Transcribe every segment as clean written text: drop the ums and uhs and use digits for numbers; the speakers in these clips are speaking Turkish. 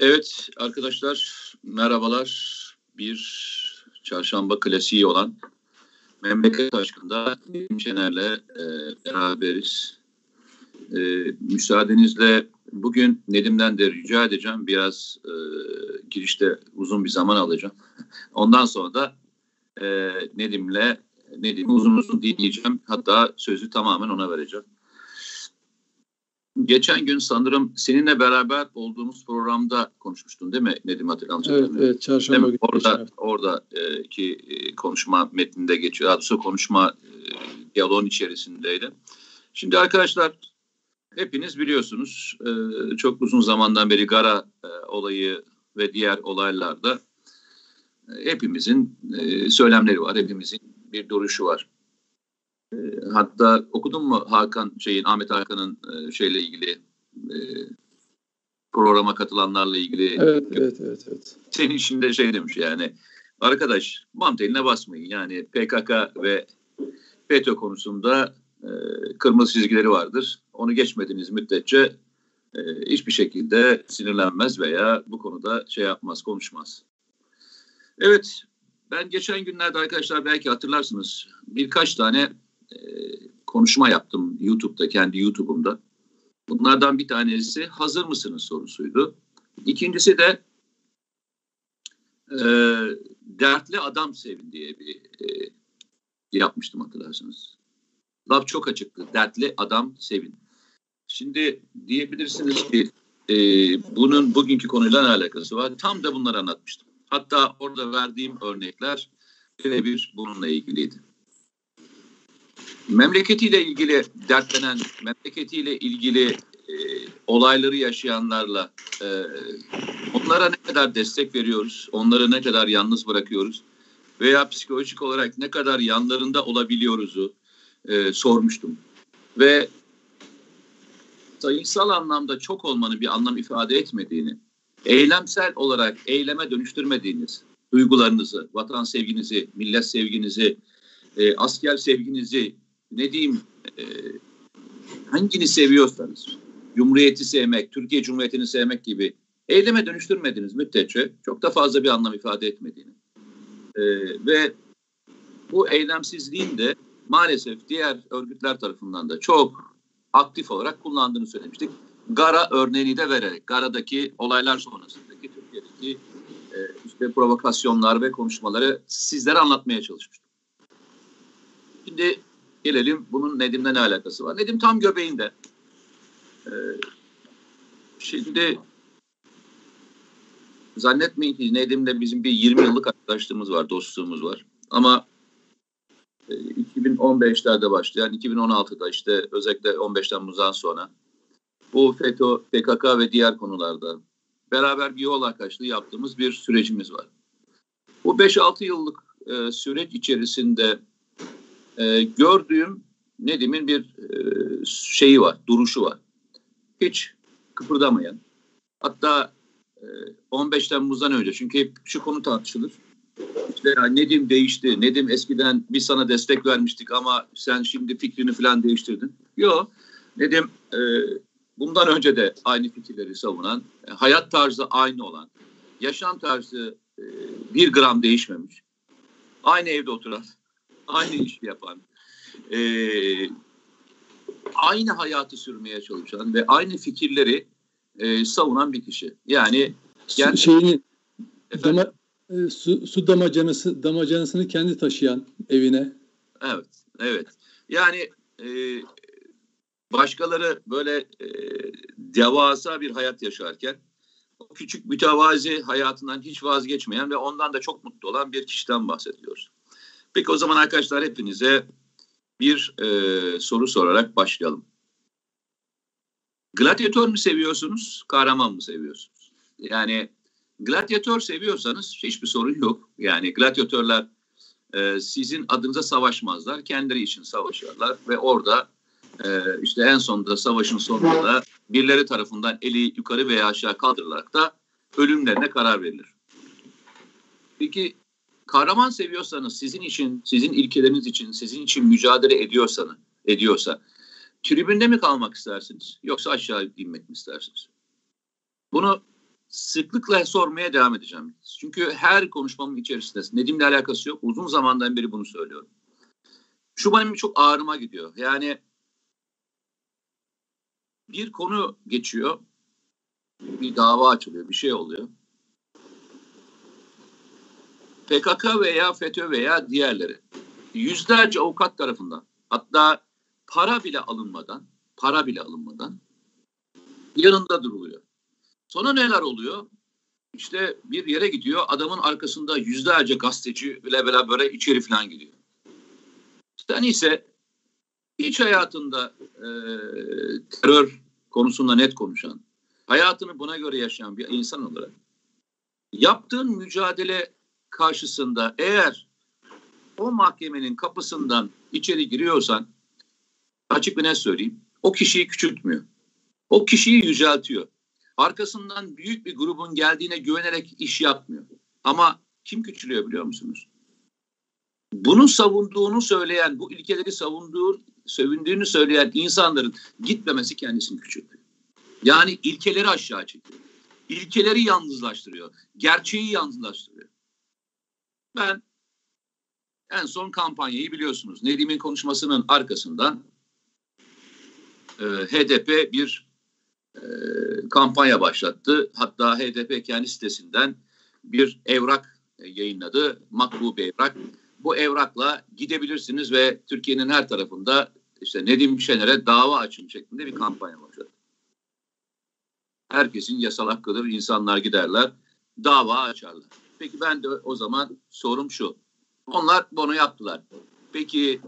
Evet arkadaşlar, merhabalar. Bir çarşamba klasiği olan Memleket Aşkı'nda Nedim Şener'le beraberiz. Müsaadenizle bugün Nedim'den de rica edeceğim. Biraz girişte uzun bir zaman alacağım. Ondan sonra da Nedim'i uzun uzun dinleyeceğim. Hatta sözü tamamen ona vereceğim. Geçen gün sanırım seninle beraber olduğumuz programda konuşmuştun değil mi Nedim, hatırlamıyorum. Evet, çarşamba günü. Oradaki konuşma metninde geçiyor. Daha doğrusu konuşma diyaloğun içerisindeydi. Şimdi arkadaşlar hepiniz biliyorsunuz çok uzun zamandan beri Gara olayı ve diğer olaylarda hepimizin söylemleri var. Hepimizin bir duruşu var. Hatta okudun mu Ahmet Hakan'ın şeyle ilgili programa katılanlarla ilgili? Evet. Senin içinde şey demiş yani, arkadaş manteline basmayın. Yani PKK ve FETÖ konusunda kırmızı çizgileri vardır. Onu geçmediğiniz müddetçe hiçbir şekilde sinirlenmez veya bu konuda şey yapmaz, konuşmaz. Evet, ben geçen günlerde arkadaşlar belki hatırlarsınız birkaç tane konuşma yaptım YouTube'da, kendi YouTube'umda. Bunlardan bir tanesi hazır mısınız sorusuydu. İkincisi de dertli adam sevin diye bir yapmıştım, hatırlarsınız. Laf çok açıktı. Dertli adam sevin. Şimdi diyebilirsiniz ki bunun bugünkü konuyla ne alakası var? Tam da bunları anlatmıştım. Hatta orada verdiğim örnekler birebir bununla ilgiliydi. Memleketiyle ilgili dertlenen, memleketiyle ilgili olayları yaşayanlarla onlara ne kadar destek veriyoruz, onları ne kadar yalnız bırakıyoruz veya psikolojik olarak ne kadar yanlarında olabiliyoruzu sormuştum. Ve sayısal anlamda çok olmanın bir anlam ifade etmediğini, eylemsel olarak eyleme dönüştürmediğiniz duygularınızı, vatan sevginizi, millet sevginizi, asker sevginizi, hangini seviyorsanız, Cumhuriyeti sevmek, Türkiye Cumhuriyeti'ni sevmek gibi eyleme dönüştürmediğiniz müddetçe çok da fazla bir anlam ifade etmediğini ve bu eylemsizliğin de maalesef diğer örgütler tarafından da çok aktif olarak kullandığını söylemiştik. Gara örneğini de vererek, Gara'daki olaylar sonrasındaki Türkiye'deki provokasyonlar ve konuşmaları sizlere anlatmaya çalışmıştım. Şimdi gelelim bunun Nedim'le ne alakası var? Nedim tam göbeğinde. Şimdi zannetmeyin ki Nedim'le bizim bir 20 yıllık arkadaşlığımız var, dostluğumuz var. Ama 2015'lerde başlayan, 2016'da işte özellikle 15 Temmuz'dan sonra bu FETÖ, PKK ve diğer konularda beraber bir yol arkadaşlığı yaptığımız bir sürecimiz var. Bu 5-6 yıllık süreç içerisinde gördüğüm Nedim'in bir şeyi var, duruşu var. Hiç kıpırdamayan. Hatta 15 Temmuz'dan önce, çünkü hep şu konu tartışılır. İşte Nedim değişti. Nedim eskiden biz sana destek vermiştik ama sen şimdi fikrini falan değiştirdin. Yok. Nedim bundan önce de aynı fikirleri savunan, hayat tarzı aynı olan, yaşam tarzı 1 gram değişmemiş. Aynı evde oturan, aynı işi yapan, aynı hayatı sürmeye çalışan ve aynı fikirleri savunan bir kişi. Yani su damacanasını kendi taşıyan evine. Evet. Yani başkaları böyle devasa bir hayat yaşarken o küçük mütevazi hayatından hiç vazgeçmeyen ve ondan da çok mutlu olan bir kişiden bahsediyoruz. Peki o zaman arkadaşlar hepinize bir soru sorarak başlayalım. Gladyatör mü seviyorsunuz, kahraman mı seviyorsunuz? Yani gladyatör seviyorsanız hiçbir sorun yok. Yani gladyatörler sizin adınıza savaşmazlar, kendileri için savaşırlar ve orada işte en sonunda savaşın sonunda da birileri tarafından eli yukarı veya aşağı kaldırılarak da ölümlerine karar verilir. Peki kahraman seviyorsanız, sizin için, sizin ilkeleriniz için, sizin için mücadele ediyorsa tribünde mi kalmak istersiniz yoksa aşağı inmek mi istersiniz? Bunu sıklıkla sormaya devam edeceğim. Çünkü her konuşmamın içerisinde Nedim'le alakası yok. Uzun zamandan beri bunu söylüyorum. Şu benim çok ağrıma gidiyor. Yani bir konu geçiyor, bir dava açılıyor, bir şey oluyor. PKK veya FETÖ veya diğerleri yüzlerce avukat tarafından, hatta para bile alınmadan yanında duruluyor. Sonra neler oluyor? İşte bir yere gidiyor, adamın arkasında yüzlerce gazeteci bile beraber içeri falan gidiyor. Sen ise hiç hayatında terör konusunda net konuşan, hayatını buna göre yaşayan bir insan olarak yaptığın mücadele karşısında eğer o mahkemenin kapısından içeri giriyorsan, açık bir net söyleyeyim, o kişiyi küçültmüyor. O kişiyi yüceltiyor. Arkasından büyük bir grubun geldiğine güvenerek iş yapmıyor. Ama kim küçülüyor biliyor musunuz? Bunu savunduğunu söyleyen, bu ilkeleri savunduğunu söyleyen insanların gitmemesi kendisini küçültüyor. Yani ilkeleri aşağı çekiyor. İlkeleri yalnızlaştırıyor. Gerçeği yalnızlaştırıyor. Ben en son kampanyayı biliyorsunuz. Nedim'in konuşmasının arkasından HDP bir kampanya başlattı. Hatta HDP kendi sitesinden bir evrak yayınladı. Makbu bir evrak. Bu evrakla gidebilirsiniz ve Türkiye'nin her tarafında işte Nedim Şener'e dava açın şeklinde bir kampanya başladı. Herkesin yasal hakkıdır. İnsanlar giderler, dava açarlar. Peki ben de o zaman sorum şu. Onlar bunu yaptılar. Peki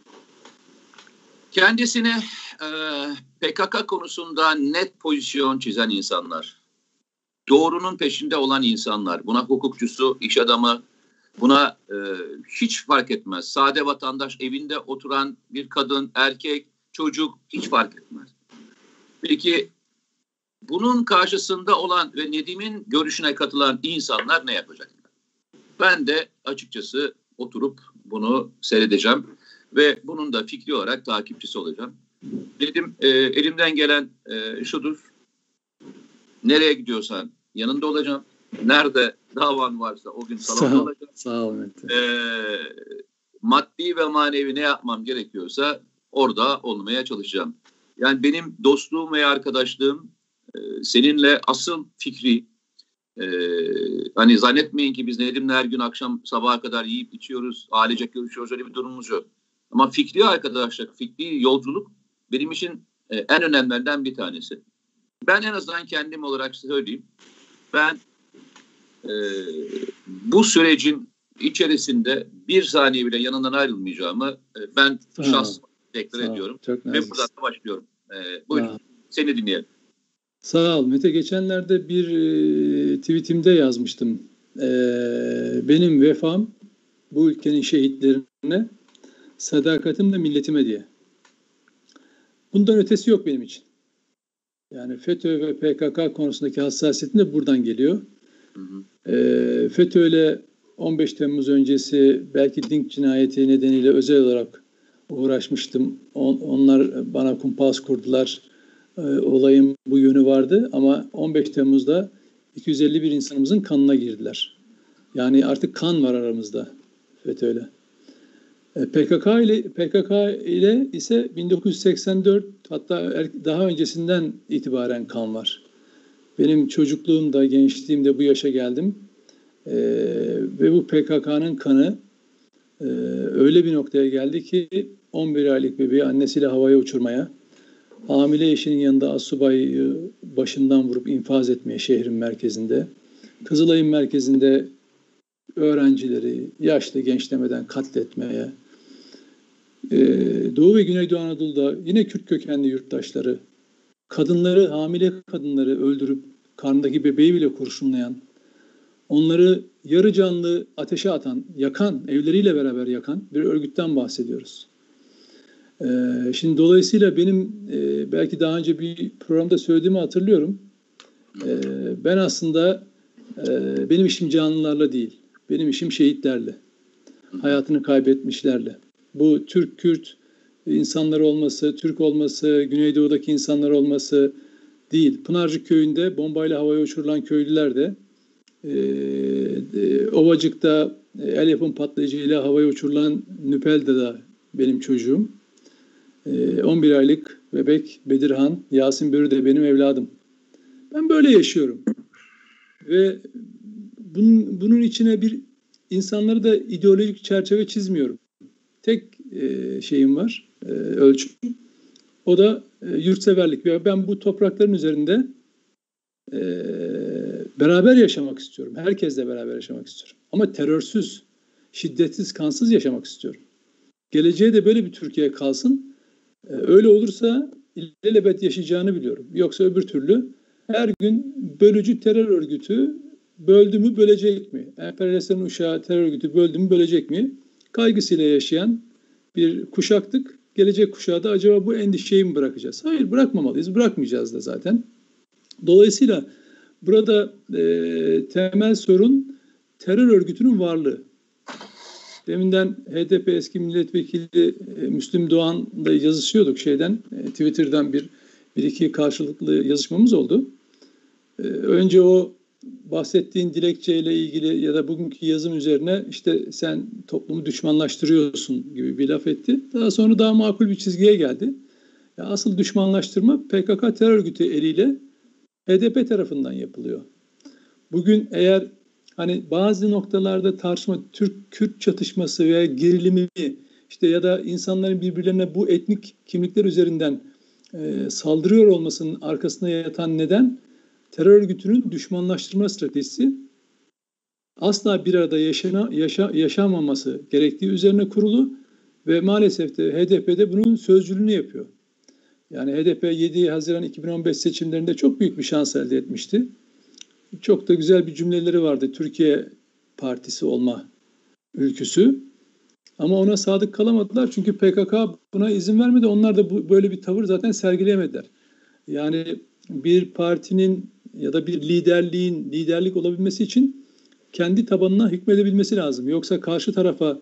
kendisine PKK konusunda net pozisyon çizen insanlar, doğrunun peşinde olan insanlar, buna hukukçusu, iş adamı, buna hiç fark etmez. Sade vatandaş, evinde oturan bir kadın, erkek, çocuk hiç fark etmez. Peki bunun karşısında olan ve Nedim'in görüşüne katılan insanlar ne yapacaklar? Ben de açıkçası oturup bunu seyredeceğim ve bunun da fikri olarak takipçisi olacağım. Dedim elimden gelen şudur. Nereye gidiyorsan yanında olacağım. Nerede davan varsa o gün salonda olacağım. Sağ ol Mete. Maddi ve manevi ne yapmam gerekiyorsa orada olmaya çalışacağım. Yani benim dostluğum ve arkadaşlığım seninle asıl fikri, hani zannetmeyin ki biz Nedim'le her gün akşam sabaha kadar yiyip içiyoruz, ailecek görüşüyoruz, öyle bir durumumuz yok. Ama fikri arkadaşlık, fikri yolculuk benim için en önemlilerinden bir tanesi. Ben en azından kendim olarak söyleyeyim. Ben bu sürecin içerisinde bir saniye bile yanından ayrılmayacağımı ben şahsen deklar ediyorum. Ve buradan da başlıyorum. Buyurun, seni dinleyelim. Sağ ol Mete. Geçenlerde bir tweetimde yazmıştım. Benim vefam bu ülkenin şehitlerine, sadakatim de milletime diye. Bundan ötesi yok benim için. Yani FETÖ ve PKK konusundaki hassasiyetim de buradan geliyor. FETÖ ile 15 Temmuz öncesi belki Dink cinayeti nedeniyle özel olarak uğraşmıştım. Onlar bana kumpas kurdular. Olayın bu yönü vardı ama 15 Temmuz'da 251 insanımızın kanına girdiler. Yani artık kan var aramızda FETÖ'yle. PKK ile ise 1984 hatta daha öncesinden itibaren kan var. Benim çocukluğumda, gençliğimde bu yaşa geldim. Ve bu PKK'nın kanı öyle bir noktaya geldi ki 11 aylık bebeği annesiyle havaya uçurmaya, hamile eşinin yanında astsubayı başından vurup infaz etmeye şehrin merkezinde, Kızılay'ın merkezinde öğrencileri yaşlı genç demeden katletmeye, Doğu ve Güneydoğu Anadolu'da yine Kürt kökenli yurttaşları, kadınları, hamile kadınları öldürüp karnındaki bebeği bile kurşunlayan, onları yarı canlı ateşe atan, yakan, evleriyle beraber yakan bir örgütten bahsediyoruz. Şimdi dolayısıyla benim belki daha önce bir programda söylediğimi hatırlıyorum. Ben aslında benim işim canlılarla değil, benim işim şehitlerle, hayatını kaybetmişlerle. Bu Türk-Kürt insanlar olması, Türk olması, Güneydoğu'daki insanlar olması, değil. Pınarcık köyünde bombayla havaya uçurulan köylüler de, Ovacık'ta el yapım patlayıcıyla havaya uçurulan Nüpel'de de benim çocuğum. 11 aylık bebek Bedirhan, Yasin Börü de benim evladım. Ben böyle yaşıyorum. Ve bunun içine bir insanları da ideolojik çerçeve çizmiyorum. Tek şeyim var, ölçüm. O da yurtseverlik. Ben bu toprakların üzerinde beraber yaşamak istiyorum. Herkesle beraber yaşamak istiyorum. Ama terörsüz, şiddetsiz, kansız yaşamak istiyorum. Geleceğe de böyle bir Türkiye kalsın. Öyle olursa ilelebet yaşayacağını biliyorum. Yoksa öbür türlü her gün bölücü terör örgütü böldü mü bölecek mi? Emperyalistlerin uşağı terör örgütü böldü mü bölecek mi? Kaygısıyla yaşayan bir kuşaktık. Gelecek kuşağı da acaba bu endişeyi mi bırakacağız? Hayır, bırakmamalıyız. Bırakmayacağız da zaten. Dolayısıyla burada temel sorun terör örgütünün varlığı. Deminden HDP eski milletvekili Müslüm Doğan'la yazışıyorduk Twitter'dan bir iki karşılıklı yazışmamız oldu. Önce o bahsettiğin dilekçeyle ilgili ya da bugünkü yazım üzerine işte sen toplumu düşmanlaştırıyorsun gibi bir laf etti. Daha sonra daha makul bir çizgiye geldi. Ya asıl düşmanlaştırma PKK terör örgütü eliyle HDP tarafından yapılıyor. Bugün eğer hani bazı noktalarda tartışma, Türk-Kürt çatışması veya gerilimi işte ya da insanların birbirlerine bu etnik kimlikler üzerinden saldırıyor olmasının arkasında yatan neden terör örgütünün düşmanlaştırma stratejisi asla bir arada yaşamaması gerektiği üzerine kurulu ve maalesef de HDP'de bunun sözcülüğünü yapıyor. Yani HDP 7 Haziran 2015 seçimlerinde çok büyük bir şans elde etmişti. Çok da güzel bir cümleleri vardı. Türkiye Partisi olma ülküsü. Ama ona sadık kalamadılar. Çünkü PKK buna izin vermedi. Onlar da böyle bir tavır zaten sergileyemediler. Yani bir partinin ya da bir liderliğin liderlik olabilmesi için kendi tabanına hükmedebilmesi lazım. Yoksa karşı tarafa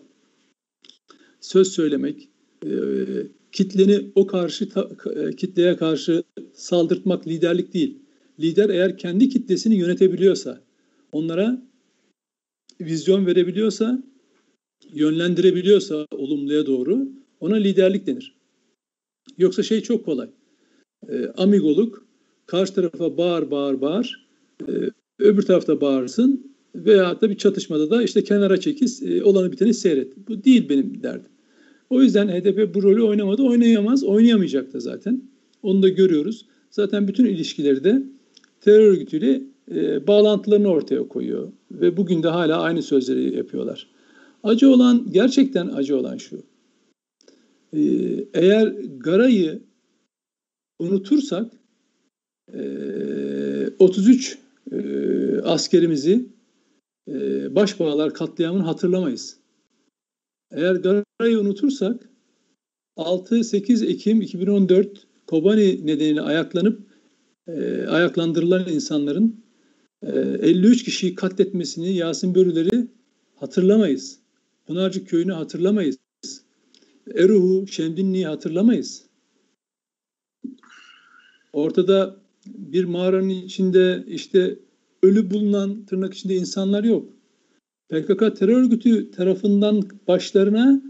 söz söylemek, kitleni kitleye karşı saldırtmak liderlik değil. Lider eğer kendi kitlesini yönetebiliyorsa, onlara vizyon verebiliyorsa, yönlendirebiliyorsa olumluya doğru ona liderlik denir. Yoksa çok kolay. Amigoluk, karşı tarafa bağır, öbür tarafta bağırsın veya da bir çatışmada da işte kenara çekil, olanı biteni seyret. Bu değil benim derdim. O yüzden HDP bu rolü oynamadı, oynayamaz, oynayamayacak da zaten. Onu da görüyoruz. Zaten bütün ilişkileri de terör örgütüyle bağlantılarını ortaya koyuyor. Ve bugün de hala aynı sözleri yapıyorlar. Gerçekten acı olan şu. Eğer Garay'ı unutursak 33 askerimizi Başbağlar katliamını hatırlamayız. Eğer Garay'ı unutursak 6-8 Ekim 2014 Kobani nedeniyle ayaklandırılan insanların 53 kişiyi katletmesini, Yasin Börüleri hatırlamayız. Pınarcık köyünü hatırlamayız. Eruh'u, Şemdinli'yi hatırlamayız. Ortada bir mağaranın içinde işte ölü bulunan tırnak içinde insanlar yok. PKK terör örgütü tarafından başlarına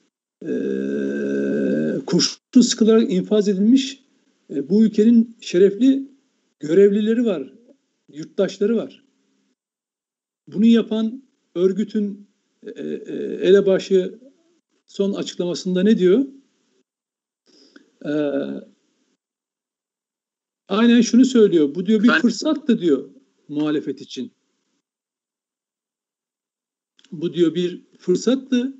kurşun sıkılarak infaz edilmiş bu ülkenin şerefli görevlileri var, yurttaşları var. Bunu yapan örgütün elebaşı son açıklamasında ne diyor? Aynen şunu söylüyor. Bu diyor bir fırsattı diyor muhalefet için. Bu diyor bir fırsattı.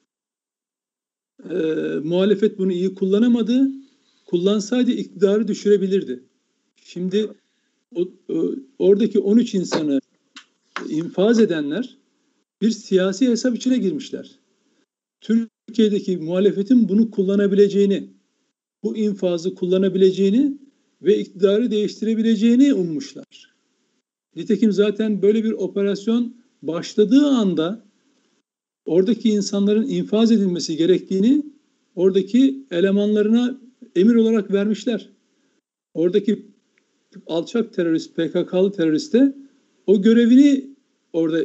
Muhalefet bunu iyi kullanamadı. Kullansaydı iktidarı düşürebilirdi. Şimdi oradaki 13 insanı infaz edenler bir siyasi hesap içine girmişler. Türkiye'deki muhalefetin bunu kullanabileceğini, bu infazı kullanabileceğini ve iktidarı değiştirebileceğini ummuşlar. Nitekim zaten böyle bir operasyon başladığı anda oradaki insanların infaz edilmesi gerektiğini oradaki elemanlarına emir olarak vermişler. Oradaki alçak terörist, PKK'lı terörist de o görevini orada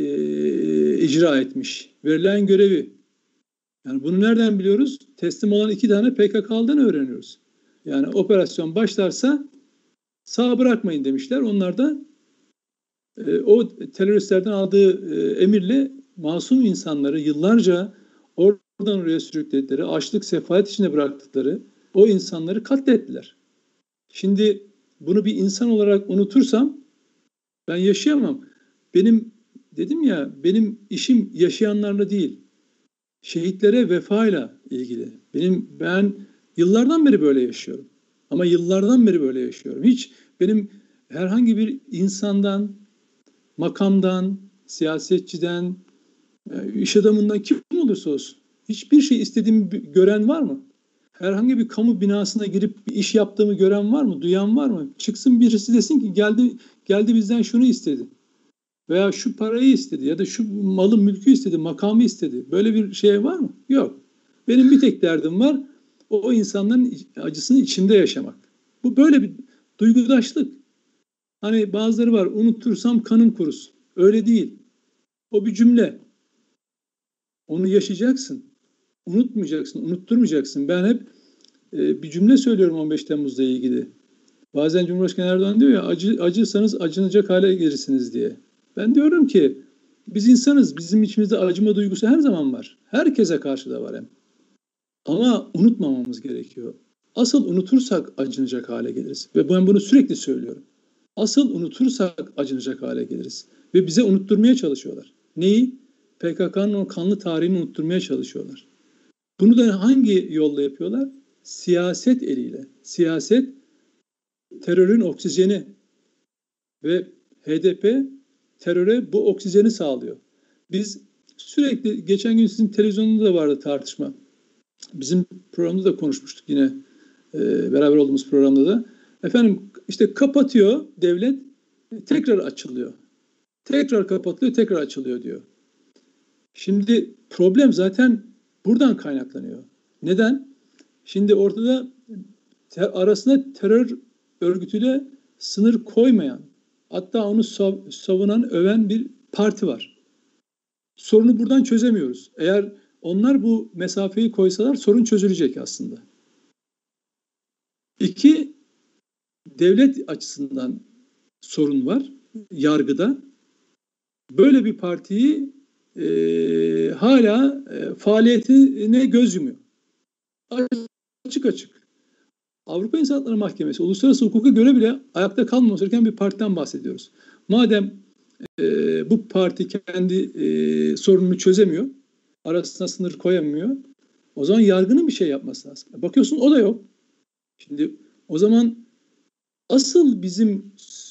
icra etmiş. Verilen görevi. Yani bunu nereden biliyoruz? Teslim olan 2 tane PKK'lıdan öğreniyoruz. Yani operasyon başlarsa sağ bırakmayın demişler. Onlar da o teröristlerden aldığı emirle masum insanları yıllarca oradan oraya sürükledikleri, açlık, sefalet içinde bıraktıkları o insanları katlettiler. Şimdi bunu bir insan olarak unutursam ben yaşayamam. Dedim ya, benim işim yaşayanlarla değil, şehitlere vefayla ilgili. Ben yıllardan beri böyle yaşıyorum. Ama yıllardan beri böyle yaşıyorum. Hiç benim herhangi bir insandan, makamdan, siyasetçiden, iş adamından kim olursa olsun hiçbir şey istediğimi gören var mı? Herhangi bir kamu binasına girip bir iş yaptığımı gören var mı? Duyan var mı? Çıksın birisi desin ki geldi bizden şunu istedi. Veya şu parayı istedi ya da şu malı mülkü istedi, makamı istedi. Böyle bir şey var mı? Yok. Benim bir tek derdim var. O insanların acısını içinde yaşamak. Bu böyle bir duygudaşlık. Hani bazıları var, unutursam kanım kurusun. Öyle değil. O bir cümle. Onu yaşayacaksın. Unutmayacaksın, unutturmayacaksın. Ben hep bir cümle söylüyorum 15 Temmuz'la ilgili. Bazen Cumhurbaşkanı Erdoğan diyor ya, acırsanız acınacak hale gelirsiniz diye. Ben diyorum ki biz insanız. Bizim içimizde acıma duygusu her zaman var. Herkese karşı da var hem. Ama unutmamamız gerekiyor. Asıl unutursak acınacak hale geliriz. Ve ben bunu sürekli söylüyorum. Asıl unutursak acınacak hale geliriz. Ve bize unutturmaya çalışıyorlar. Neyi? PKK'nın o kanlı tarihini unutturmaya çalışıyorlar. Bunu da hangi yolla yapıyorlar? Siyaset eliyle. Siyaset terörün oksijeni ve HDP teröre bu oksijeni sağlıyor. Biz sürekli, geçen gün sizin televizyonunda da vardı tartışma. Bizim programda da konuşmuştuk yine beraber olduğumuz programda da. Efendim işte kapatıyor devlet, tekrar açılıyor. Tekrar kapatılıyor, tekrar açılıyor diyor. Şimdi problem zaten buradan kaynaklanıyor. Neden? Şimdi ortada arasında terör örgütüyle sınır koymayan, hatta onu savunan, öven bir parti var. Sorunu buradan çözemiyoruz. Eğer onlar bu mesafeyi koysalar sorun çözülecek aslında. 2, devlet açısından sorun var yargıda. Böyle bir partiyi hala faaliyetine göz yumuyor. Açık açık. Avrupa İnsan Hakları Mahkemesi, uluslararası hukuka göre bile ayakta kalmaması gereken bir partiden bahsediyoruz. Madem bu parti kendi sorununu çözemiyor, arasına sınır koyamıyor, o zaman yargının bir şey yapması lazım. Bakıyorsun o da yok. Şimdi o zaman asıl bizim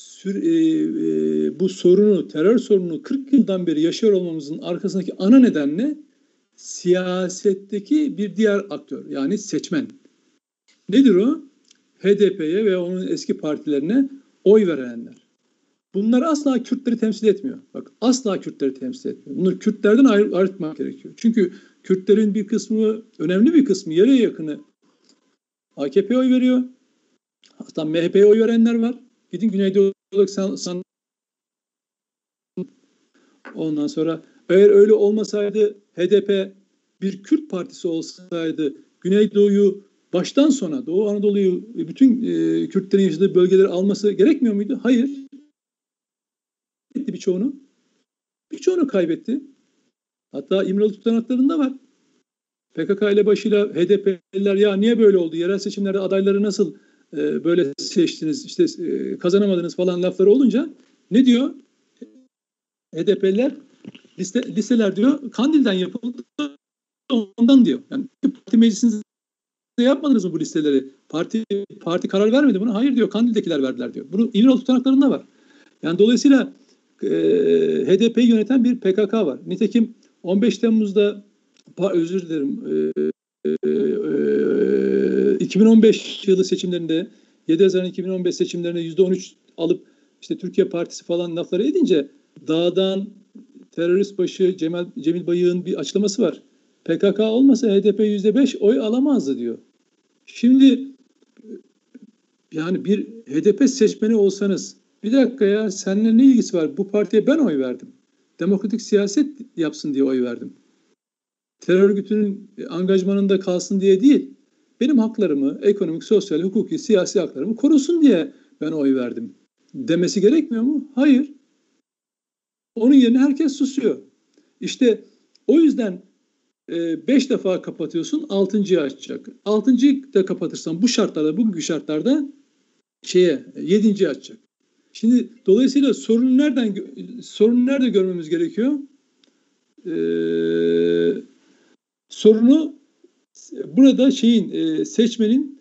bu sorunu, terör sorununu 40 yıldan beri yaşıyor olmamızın arkasındaki ana neden ne? Siyasetteki bir diğer aktör, yani seçmen. Nedir o? HDP'ye ve onun eski partilerine oy verenler. Bunlar asla Kürtleri temsil etmiyor. Bak, asla Kürtleri temsil etmiyor. Bunları Kürtlerden ayırtmak gerekiyor. Çünkü Kürtlerin bir kısmı, önemli bir kısmı, yarıya yakını AKP'ye oy veriyor. Hatta MHP'ye oy verenler var. Gidin Güneydoğu'da ondan sonra eğer öyle olmasaydı, HDP bir Kürt partisi olsaydı, Güneydoğu'yu baştan sona, Doğu Anadolu'yu, bütün Kürtlerin yaşadığı bölgeleri alması gerekmiyor muydu? Hayır. Birçoğunu. Birçoğunu kaybetti. Hatta İmralı tutanaklarında var. PKK ile başıyla HDP'liler ya niye böyle oldu? Yerel seçimlerde adayları nasıl böyle seçtiniz? İşte kazanamadınız falan lafları olunca ne diyor? HDP'liler listeler diyor Kandil'den yapıldı ondan diyor. Yani parti meclisinizde yapmadınız mı bu listeleri? Parti karar vermedi buna. Hayır diyor, Kandil'dekiler verdiler diyor. Bunu İmralı tutanaklarında var. Yani dolayısıyla HDP'yi yöneten bir PKK var. Nitekim 15 Temmuz'da özür dilerim 2015 yılı seçimlerinde 7 Haziran 2015 seçimlerinde %13 alıp işte Türkiye Partisi falan lafları edince dağdan terörist başı Cemil Bayık'ın bir açıklaması var. PKK olmasa HDP %5 oy alamazdı diyor. Şimdi Yani bir HDP seçmeni olsanız, bir dakika ya, seninle ne ilgisi var? Bu partiye ben oy verdim. Demokratik siyaset yapsın diye oy verdim. Terör örgütünün angajmanında kalsın diye değil. Benim haklarımı, ekonomik, sosyal, hukuki, siyasi haklarımı korusun diye ben oy verdim demesi gerekmiyor mu? Hayır. Onun yerine herkes susuyor. İşte o yüzden 5 defa kapatıyorsun, 6.'yı açacak. 6.'yı da kapatırsan bu şartlarda, bugünkü şartlarda 7.'yi açacak. Şimdi dolayısıyla sorunu nerede görmemiz gerekiyor? Sorunu burada seçmenin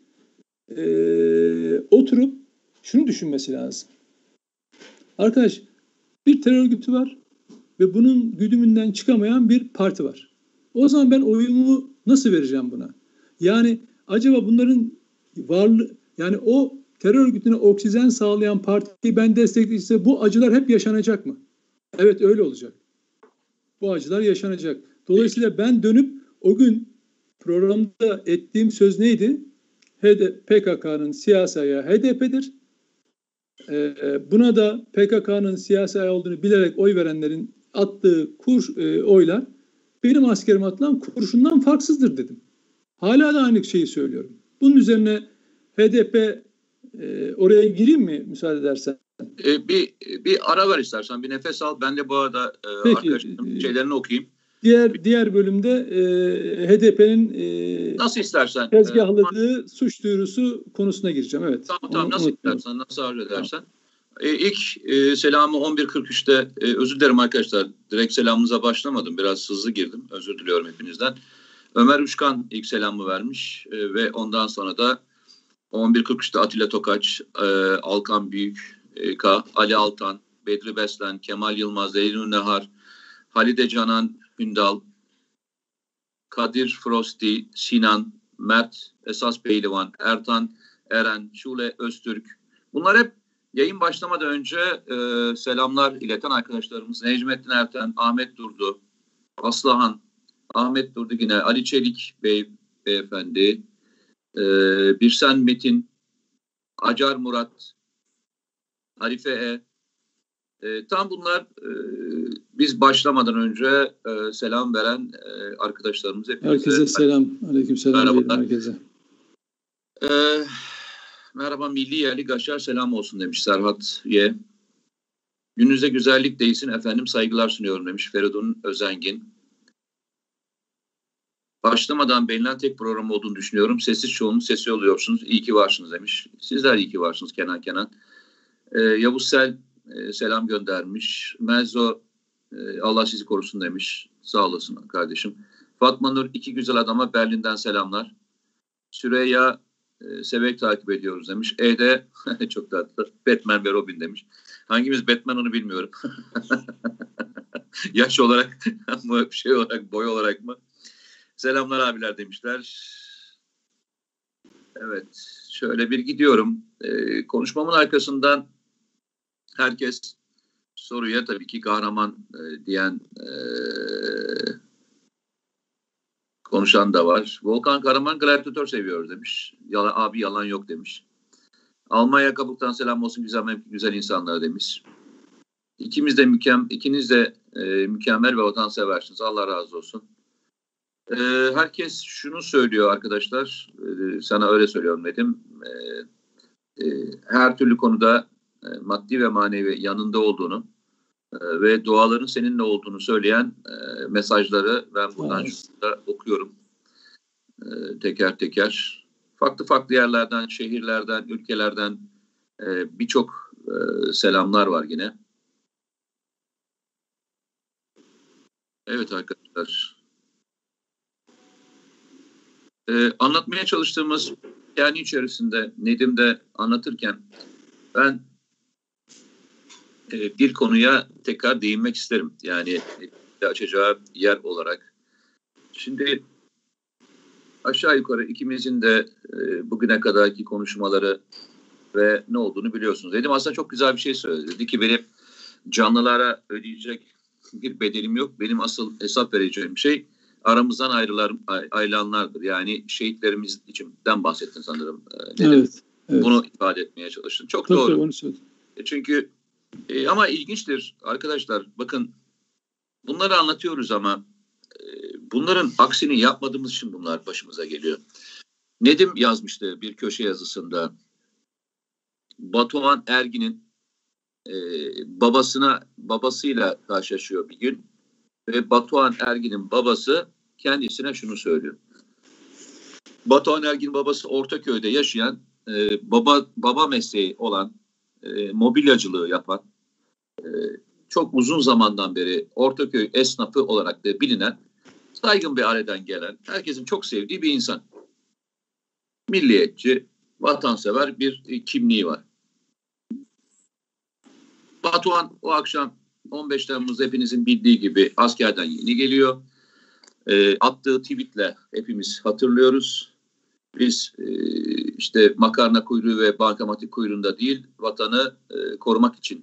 oturup şunu düşünmesi lazım. Arkadaş, bir terör örgütü var ve bunun güdümünden çıkamayan bir parti var. O zaman ben oyumu nasıl vereceğim buna? Yani acaba bunların varlığı, yani o terör örgütüne oksijen sağlayan partiyi ben destekleyirse bu acılar hep yaşanacak mı? Evet, öyle olacak. Bu acılar yaşanacak. Dolayısıyla ben dönüp o gün programda ettiğim söz neydi? PKK'nın siyasi ayağı HDP'dir. Buna da PKK'nın siyasi ayağı olduğunu bilerek oy verenlerin attığı oylar benim askerime atılan kurşundan farksızdır dedim. Hala da aynı şeyi söylüyorum. Bunun üzerine HDP oraya gireyim mi müsaade edersen? Bir ara ver istersen, bir nefes al. Ben de bu arada arkadaşlarımın şeylerini okuyayım. Diğer bölümde HDP'nin nasıl istersen tezgahladığı suç duyurusu konusuna gireceğim. Evet. Tamam, nasıl istersen, nasıl arzu edersen. İlk selamı 11.43'te özür dilerim arkadaşlar. Direkt selamınıza başlamadım. Biraz hızlı girdim. Özür diliyorum hepinizden. Ömer Uçkan ilk selamı vermiş ve ondan sonra da 11.43'te Atilla Tokaç, Alkan Büyük, Ali Altan, Bedri Beslen, Kemal Yılmaz, Eylül Nehar, Halide Canan Hündal, Kadir Frosti, Sinan, Mert, Esas Pehlivan, Ertan, Eren, Şule Öztürk. Bunlar hep yayın başlamadan önce selamlar ileten arkadaşlarımız. Necmettin Erten, Ahmet Durdu, Aslıhan, Ahmet Durdu yine, Ali Çelik beyefendi, Birsen Metin, Acar Murat, Harife tam bunlar biz başlamadan önce selam veren arkadaşlarımız. Herkese selam. Aleykümselam. Herkese. Merhaba milli yerli Gaşar selam olsun demiş Serhat Y. Gününüze güzellik değilsin efendim, saygılar sunuyorum demiş Feridun Özengin. Başlamadan beğenilen tek program olduğunu düşünüyorum. Sessiz çoğunun sesi oluyorsunuz. İyi ki varsınız demiş. Sizler iyi ki varsınız Kenan. Yavuz Sel selam göndermiş. Melzo Allah sizi korusun demiş. Sağ olasın kardeşim. Fatma Nur iki güzel adama Berlin'den selamlar. Süreyya severek takip ediyoruz demiş. Ede çok tatlı. Batman ve Robin demiş. Hangimiz Batman onu bilmiyorum. Yaş olarak mı, boy olarak mı? Selamlar abiler demişler. Evet, şöyle bir gidiyorum. Konuşmamın arkasından herkes soruya tabii ki kahraman diyen konuşan da var. Volkan Karaman gladyatör seviyor demiş. Abi yalan yok demiş. Almanya Kabuk'tan selam olsun güzel insanlar demiş. İkiniz de mükemmel ve vatanseversiniz. Allah razı olsun. Herkes şunu söylüyor arkadaşlar. Sana öyle söylüyorum dedim. Her türlü konuda maddi ve manevi yanında olduğunu ve duaların seninle olduğunu söyleyen mesajları ben buradan şurada okuyorum. Teker teker. Farklı yerlerden, şehirlerden, ülkelerden birçok selamlar var yine. Evet arkadaşlar. Anlatmaya çalıştığımız yani içerisinde Nedim'de anlatırken ben bir konuya tekrar değinmek isterim. Yani açacağı yer olarak. Şimdi aşağı yukarı ikimizin de bugüne kadarki konuşmaları ve ne olduğunu biliyorsunuz. Nedim aslında çok güzel bir şey söyledi. Dedi ki benim canlılara ödeyecek bir bedelim yok. Benim asıl hesap vereceğim şey aramızdan ayrılanlardır. Yani şehitlerimiz içinden bahsettin sanırım. Evet. Evet. Bunu ifade etmeye çalıştım. Çok Tabii, doğru. onu söyledim. Çünkü ama ilginçtir arkadaşlar. Bakın bunları anlatıyoruz ama bunların aksini yapmadığımız için bunlar başımıza geliyor. Nedim yazmıştı bir köşe yazısında. Batuhan Ergin'in babasıyla karşılaşıyor bir gün ve Batuhan Ergin'in babası kendisine şunu söylüyor. Batuhan Ergin babası Ortaköy'de yaşayan baba mesleği olan mobilyacılığı yapan çok uzun zamandan beri Ortaköy esnafı olarak da bilinen saygın bir aileden gelen herkesin çok sevdiği bir insan. Milliyetçi, vatansever bir kimliği var. Batuhan o akşam 15 Temmuz hepinizin bildiği gibi askerden yeni geliyor. Attığı tweetle hepimiz hatırlıyoruz. Biz işte makarna kuyruğu ve bankamatik kuyruğunda değil vatanı korumak için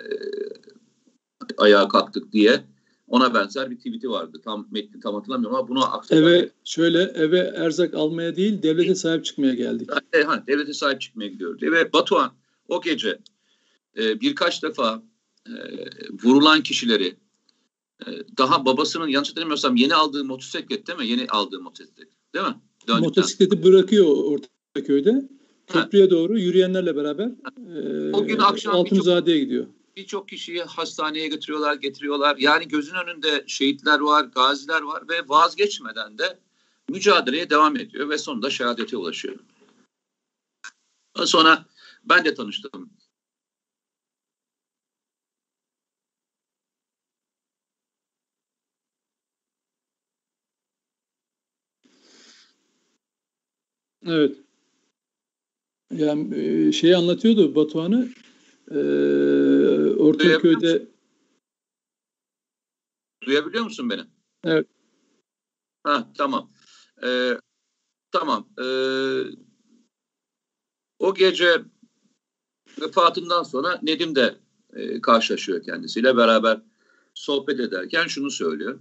ayağa kalktık diye ona benzer bir tweet'i vardı. Metni tam hatırlamıyorum ama bunu eve erzak almaya değil devlete sahip çıkmaya geldik. Devlete sahip çıkmaya gidiyoruz. Ve Batuhan o gece birkaç defa vurulan kişileri daha babasının yanlış hatırlamıyorsam yeni aldığı motosiklet değil mi? Yeni aldığı motosiklet değil mi? Motosikleti bırakıyor Ortaköy'de. Köprüye doğru yürüyenlerle beraber o gün akşam Altınzade'ye gidiyor. Birçok kişiyi hastaneye getiriyorlar. Yani gözün önünde şehitler var, gaziler var ve vazgeçmeden de mücadeleye devam ediyor ve sonunda şehadete ulaşıyor. Sonra ben de tanıştım. Evet. Yani şeyi anlatıyordu Batuhan'ı Ortaköy'de. Duyabiliyor musun beni? Evet. Tamam. Tamam. O gece vefatından sonra Nedim de karşılaşıyor kendisiyle beraber sohbet ederken şunu söylüyor.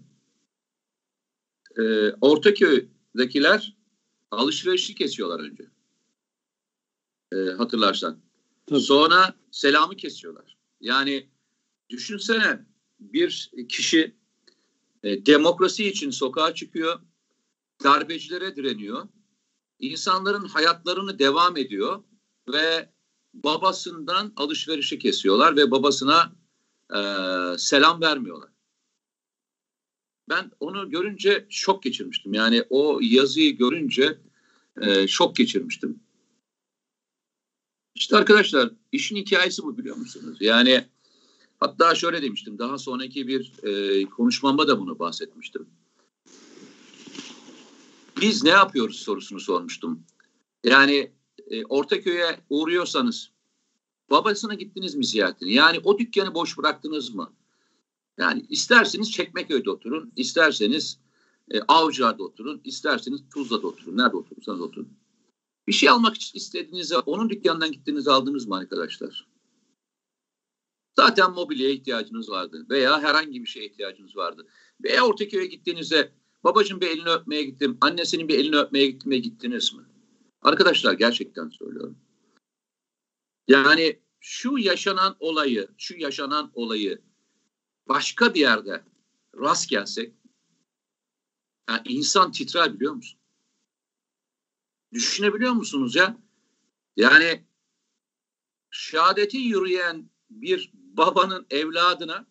Ortaköy'dekiler alışverişi kesiyorlar önce. Hatırlarsan. Tabii. Sonra selamı kesiyorlar. Yani düşünsene bir kişi demokrasi için sokağa çıkıyor, darbecilere direniyor, insanların hayatlarını devam ediyor ve babasından alışverişi kesiyorlar ve babasına selam vermiyorlar. Ben onu görünce şok geçirmiştim. Yani o yazıyı görünce şok geçirmiştim. İşte arkadaşlar işin hikayesi bu, biliyor musunuz? Yani hatta şöyle demiştim. Daha sonraki bir konuşmamda da bunu bahsetmiştim. Biz ne yapıyoruz sorusunu sormuştum. Yani Ortaköy'e uğruyorsanız babasına gittiniz mi ziyaretine? Yani o dükkanı boş bıraktınız mı? Yani isterseniz Çekmeköy'de oturun, isterseniz Avcılar'da oturun, isterseniz Tuzla'da oturun. Nerede oturursanız oturun. Bir şey almak için istediğinizde onun dükkanından gittiğinizi aldınız mı arkadaşlar? Zaten mobilyaya ihtiyacınız vardı veya herhangi bir şeye ihtiyacınız vardı. Veya Ortaköy'e gittiğinizde babacığım bir elini öpmeye gittim, annesinin bir elini öpmeye gittiniz mi? Arkadaşlar gerçekten söylüyorum. Yani şu yaşanan olayı başka bir yerde rast gelsek yani insan titrer, biliyor musun? Düşünebiliyor musunuz ya? Yani şehadeti yürüyen bir babanın evladına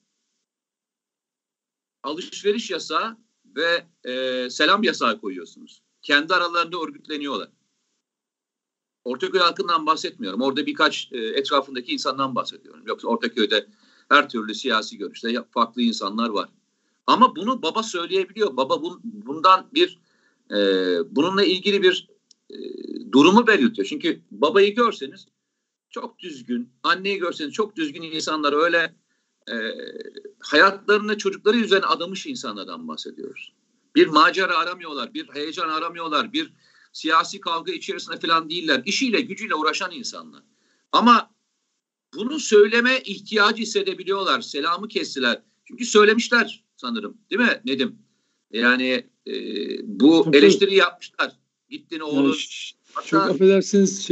alışveriş yasağı ve selam yasağı koyuyorsunuz. Kendi aralarında örgütleniyorlar. Ortaköy halkından bahsetmiyorum. Orada birkaç etrafındaki insandan bahsediyorum. Yoksa Ortaköy'de her türlü siyasi görüşte farklı insanlar var. Ama bunu baba söyleyebiliyor. Baba bundan bununla ilgili bir durumu belirtiyor. Çünkü babayı görseniz çok düzgün, anneyi görseniz çok düzgün insanlar, öyle hayatlarını çocukları üzerine adamış insanlardan bahsediyoruz. Bir macera aramıyorlar, bir heyecan aramıyorlar, bir siyasi kavga içerisinde falan değiller. İşiyle gücüyle uğraşan insanlar. Ama bunu söyleme ihtiyacı hissedebiliyorlar. Selamı kestiler. Çünkü söylemişler sanırım. Değil mi Nedim? Yani bu eleştiri yapmışlar. Gittin oğlum Çok affedersiniz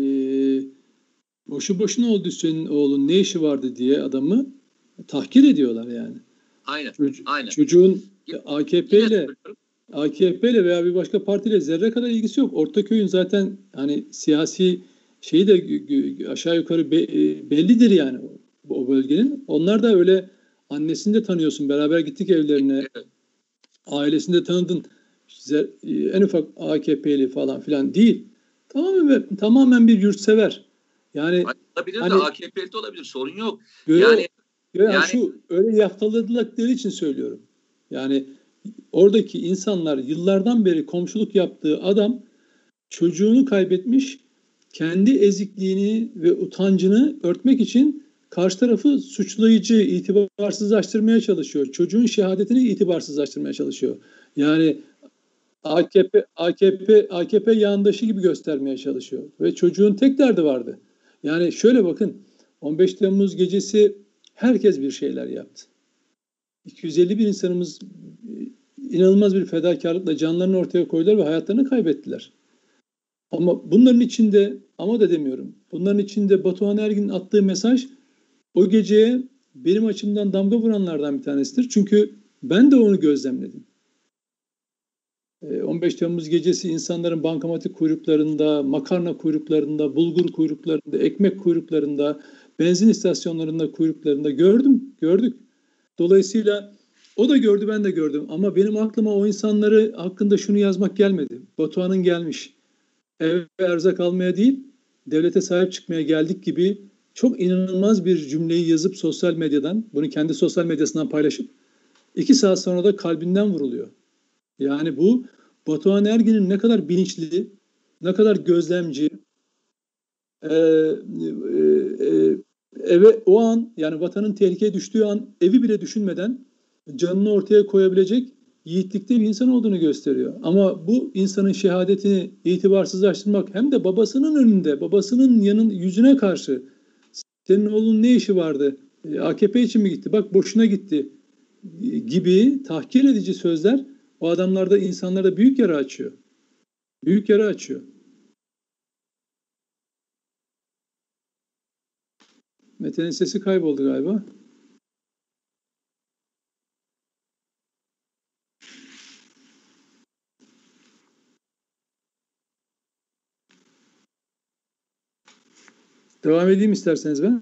boşu boşuna oldu senin oğlun ne işi vardı diye adamı tahkir ediyorlar yani. Aynen. Aynen. Çocuğun AKP'yle veya bir başka partiyle zerre kadar ilgisi yok. Ortaköy'ün zaten hani siyasi şeyi de aşağı yukarı bellidir yani o bölgenin. Onlar da öyle, annesini de tanıyorsun. Beraber gittik evlerine. Evet. Ailesini de tanıdın. En ufak AKP'li falan filan değil. Tamamen bir yurtsever. Yani olabilir hani, de AKP'li de olabilir. Sorun yok. Yani öyle yaftaladıkları için söylüyorum. Yani oradaki insanlar yıllardan beri komşuluk yaptığı adam çocuğunu kaybetmiş, kendi ezikliğini ve utancını örtmek için karşı tarafı suçlayıcı, itibarsızlaştırmaya çalışıyor. Çocuğun şehadetini itibarsızlaştırmaya çalışıyor. Yani AKP yandaşı gibi göstermeye çalışıyor. Ve çocuğun tek derdi vardı. Yani şöyle bakın, 15 Temmuz gecesi herkes bir şeyler yaptı. 251 insanımız inanılmaz bir fedakarlıkla canlarını ortaya koydular ve hayatlarını kaybettiler. Ama bunların içinde, ama da demiyorum, bunların içinde Batuhan Ergin'in attığı mesaj o geceye benim açımdan damga vuranlardan bir tanesidir. Çünkü ben de onu gözlemledim. 15 Temmuz gecesi insanların bankamatik kuyruklarında, makarna kuyruklarında, bulgur kuyruklarında, ekmek kuyruklarında, benzin istasyonlarında kuyruklarında gördük. Dolayısıyla o da gördü, ben de gördüm. Ama benim aklıma o insanları hakkında şunu yazmak gelmedi. Batuhan'ın gelmiş, eve erzak almaya değil, devlete sahip çıkmaya geldik gibi çok inanılmaz bir cümleyi yazıp sosyal medyadan, bunu kendi sosyal medyasından paylaşıp 2 saat sonra da kalbinden vuruluyor. Yani bu Batuhan Ergin'in ne kadar bilinçli, ne kadar gözlemci, eve o an, yani vatanın tehlikeye düştüğü an evi bile düşünmeden canını ortaya koyabilecek yiğitlikte bir insan olduğunu gösteriyor. Ama bu insanın şehadetini itibarsızlaştırmak, hem de babasının önünde, babasının yüzüne karşı, senin oğlun ne işi vardı, AKP için mi gitti, bak boşuna gitti gibi tahkir edici sözler o adamlarda, insanlarda büyük yara açıyor. Büyük yara açıyor. Mete'nin sesi kayboldu galiba. Devam edeyim isterseniz ben.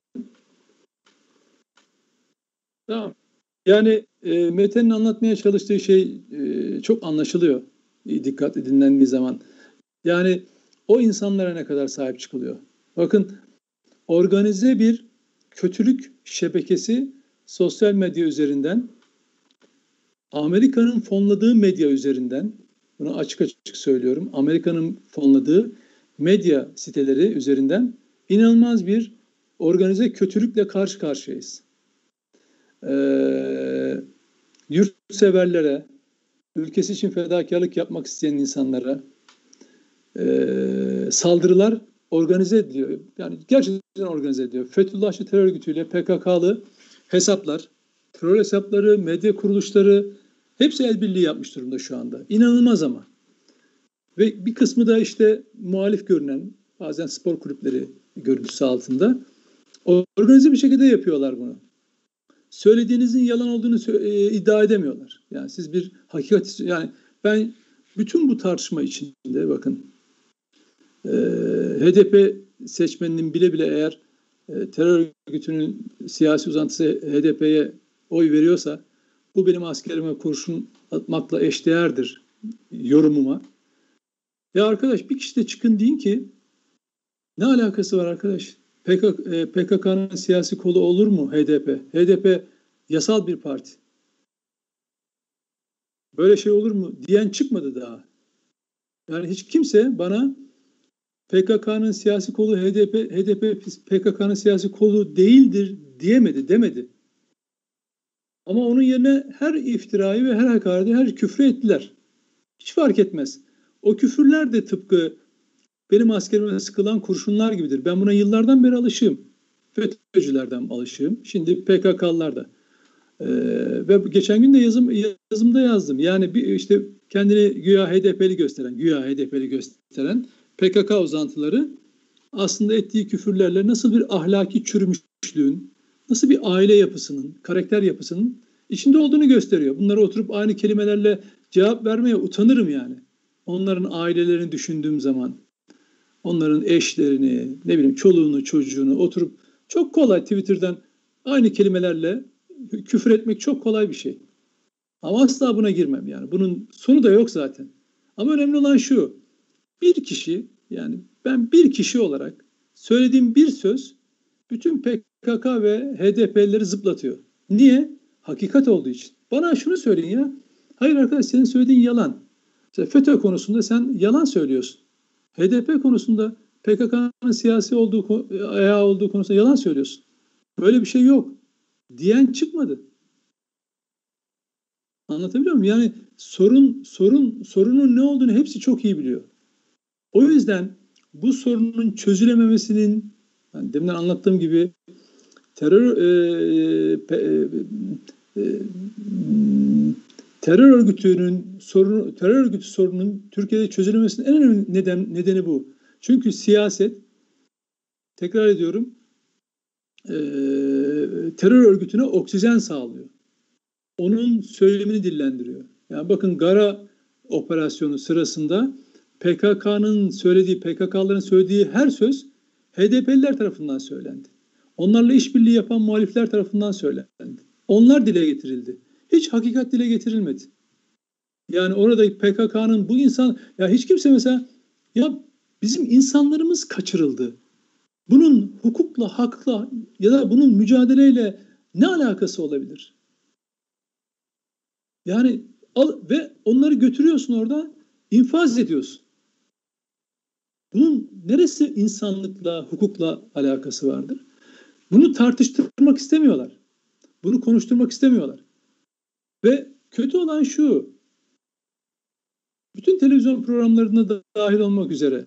Tamam. Yani Mete'nin anlatmaya çalıştığı şey çok anlaşılıyor dikkatli dinlendiği zaman. Yani o insanlara ne kadar sahip çıkılıyor. Bakın, organize bir kötülük şebekesi sosyal medya üzerinden, Amerika'nın fonladığı medya üzerinden, bunu açık açık söylüyorum, Amerika'nın fonladığı medya siteleri üzerinden inanılmaz bir organize kötülükle karşı karşıyayız. Yurtseverlere, ülkesi için fedakarlık yapmak isteyen insanlara saldırılar organize ediliyor. Yani gerçekten organize ediliyor. Fethullahçı terör örgütüyle PKK'lı hesaplar, terör hesapları, medya kuruluşları hepsi el birliği yapmış durumda şu anda. İnanılmaz ama. Ve bir kısmı da işte muhalif görünen, bazen spor kulüpleri görüntüsü altında organize bir şekilde yapıyorlar bunu. Söylediğinizin yalan olduğunu iddia edemiyorlar. Yani siz bir hakikat, yani ben bütün bu tartışma içinde bakın, HDP seçmeninin bile bile eğer terör örgütünün siyasi uzantısı HDP'ye oy veriyorsa bu benim askerime kurşun atmakla eşdeğerdir yorumuma. Ya arkadaş, bir kişi de çıkın deyin ki ne alakası var arkadaş? PKK'nın siyasi kolu olur mu HDP? HDP yasal bir parti. Böyle şey olur mu diyen çıkmadı daha. Yani hiç kimse bana PKK'nın siyasi kolu HDP PKK'nın siyasi kolu değildir demedi. Ama onun yerine her iftirayı ve her hakareti, her küfrü ettiler. Hiç fark etmez. O küfürler de tıpkı benim askerime sıkılan kurşunlar gibidir. Ben buna yıllardan beri alışığım. FETÖ'cülerden alışığım. Şimdi PKK'lılar da. Ve geçen gün de yazımda yazdım. Yani işte kendini güya HDP'li gösteren PKK uzantıları aslında ettiği küfürlerle nasıl bir ahlaki çürümüşlüğün, nasıl bir aile yapısının, karakter yapısının içinde olduğunu gösteriyor. Bunlara oturup aynı kelimelerle cevap vermeye utanırım yani. Onların ailelerini düşündüğüm zaman, onların eşlerini, ne bileyim çoluğunu, çocuğunu oturup çok kolay Twitter'dan aynı kelimelerle küfür etmek çok kolay bir şey. Ama asla buna girmem yani. Bunun sonu da yok zaten. Ama önemli olan şu. Bir kişi, yani ben bir kişi olarak söylediğim bir söz bütün PKK ve HDP'lileri zıplatıyor. Niye? Hakikat olduğu için. Bana şunu söyleyin ya. Hayır arkadaş, senin söylediğin yalan. Mesela FETÖ konusunda sen yalan söylüyorsun. HDP konusunda PKK'nın siyasi ayağı olduğu konusunda yalan söylüyorsun. Böyle bir şey yok diyen çıkmadı. Anlatabiliyor muyum? Yani sorunun ne olduğunu hepsi çok iyi biliyor. O yüzden bu sorunun çözülememesinin, yani deminden anlattığım gibi terör örgütü sorunun Türkiye'de çözülemesinin en önemli nedeni bu. Çünkü siyaset, tekrar ediyorum, terör örgütüne oksijen sağlıyor. Onun söylemini dillendiriyor. Yani bakın, Gara operasyonu sırasında PKK'ların söylediği her söz HDP'liler tarafından söylendi. Onlarla işbirliği yapan muhalifler tarafından söylendi. Onlar dile getirildi. Hiç hakikat dile getirilmedi. Yani orada PKK'nın ya hiç kimse mesela, ya bizim insanlarımız kaçırıldı. Bunun hukukla, hakla ya da bunun mücadeleyle ne alakası olabilir? Yani ve onları götürüyorsun, orada infaz ediyorsun. Bunun neresi insanlıkla, hukukla alakası vardır? Bunu tartıştırmak istemiyorlar. Bunu konuşturmak istemiyorlar. Ve kötü olan şu, bütün televizyon programlarına da dahil olmak üzere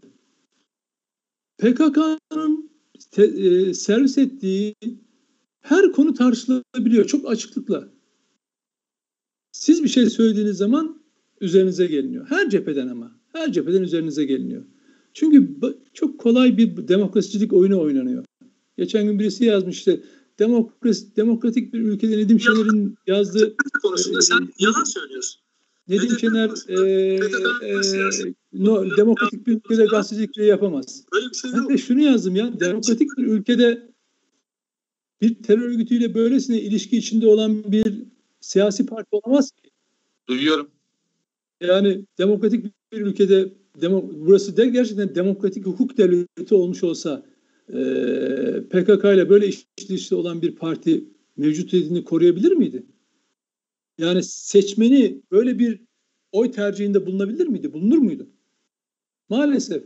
PKK'nın servis ettiği her konu tartışılabiliyor çok açıklıkla. Siz bir şey söylediğiniz zaman üzerinize geliniyor. Her cepheden ama. Her cepheden üzerinize geliniyor. Çünkü çok kolay bir demokrasicilik oyunu oynanıyor. Geçen gün birisi yazmış işte, demokratik bir ülkede Nedim Şener'in yazdığı konusunda sen yalan söylüyorsun. Nedim Şener demokratik bir ülkede gazetecilik yapamaz. Böyle bir şey Ben de şunu yazdım ya, demokratik bir ülkede bir terör örgütüyle böylesine ilişki içinde olan bir siyasi parti olamaz ki. Duyuyorum. Yani demokratik bir ülkede burası da gerçekten demokratik hukuk devleti olmuş olsa PKK ile böyle ilişkisi olan bir parti mevcutiyetini koruyabilir miydi? Yani seçmeni böyle bir oy tercihinde bulunabilir miydi? Bulunur muydu? Maalesef.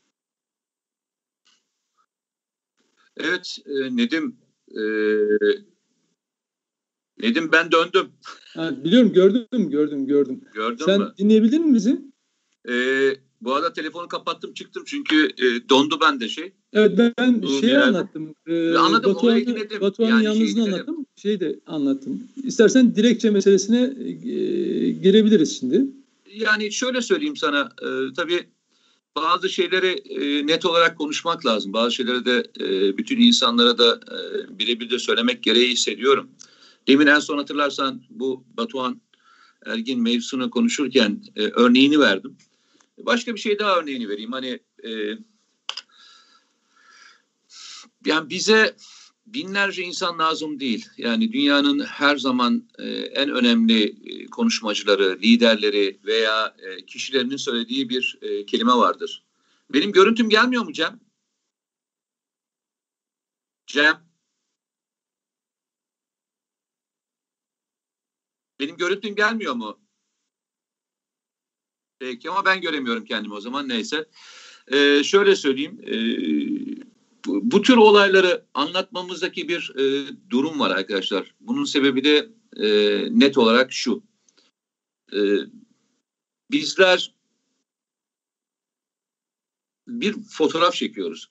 Evet Nedim, ben döndüm. Ha, biliyorum, gördüm. Gördün Sen mü? dinleyebildin mi bizi? Bu arada telefonu kapattım çıktım çünkü dondu bende şey. Evet, ben anlattım. Anladım, olayı dinledim. Batuhan'ın yalnızlığını anlattım. Şeyi de anlattım. İstersen dilekçe meselesine girebiliriz şimdi. Yani şöyle söyleyeyim sana, tabii bazı şeyleri net olarak konuşmak lazım. Bazı şeyleri de bütün insanlara da birebir de söylemek gereği hissediyorum. Demin en son hatırlarsan bu Batuhan Ergin mevzusunu konuşurken örneğini verdim. Başka bir şey daha örneğini vereyim. Hani yani bize binlerce insan lazım değil. Yani dünyanın her zaman en önemli konuşmacıları, liderleri veya kişilerinin söylediği bir kelime vardır. Benim görüntüm gelmiyor mu Cem? Benim görüntüm gelmiyor mu? Peki, ama ben göremiyorum kendimi o zaman, neyse. Şöyle söyleyeyim. Bu tür olayları anlatmamızdaki bir durum var arkadaşlar. Bunun sebebi de net olarak şu. Bizler bir fotoğraf çekiyoruz.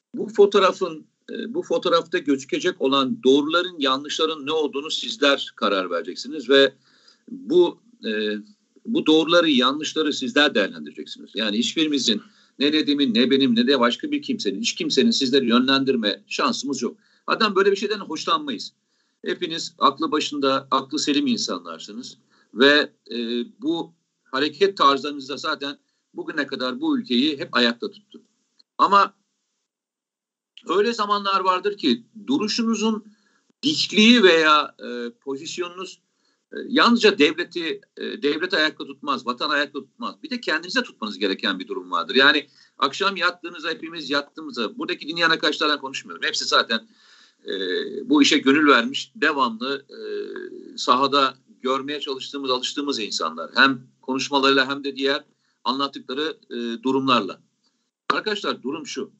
Bu fotoğrafta gözükecek olan doğruların, yanlışların ne olduğunu sizler karar vereceksiniz ve bu doğruları, yanlışları sizler değerlendireceksiniz. Yani hiçbirimizin Ne Nedim'in, ne benim, ne de başka bir kimsenin, hiç kimsenin sizleri yönlendirme şansımız yok. Zaten böyle bir şeyden hoşlanmayız. Hepiniz aklı başında, aklı selim insanlarsınız. Ve bu hareket tarzlarınızda zaten bugüne kadar bu ülkeyi hep ayakta tuttu. Ama öyle zamanlar vardır ki duruşunuzun dikliği veya pozisyonunuz yalnızca devlet ayakta tutmaz, vatan ayakta tutmaz. Bir de kendinize tutmanız gereken bir durum vardır. Yani akşam yattığınızda, hepimiz yattığımızda, buradaki dinleyen arkadaşlardan konuşmuyorum. Hepsi zaten bu işe gönül vermiş, devamlı sahada görmeye çalıştığımız, alıştığımız insanlar. Hem konuşmalarıyla hem de diğer anlattıkları durumlarla. Arkadaşlar durum şu.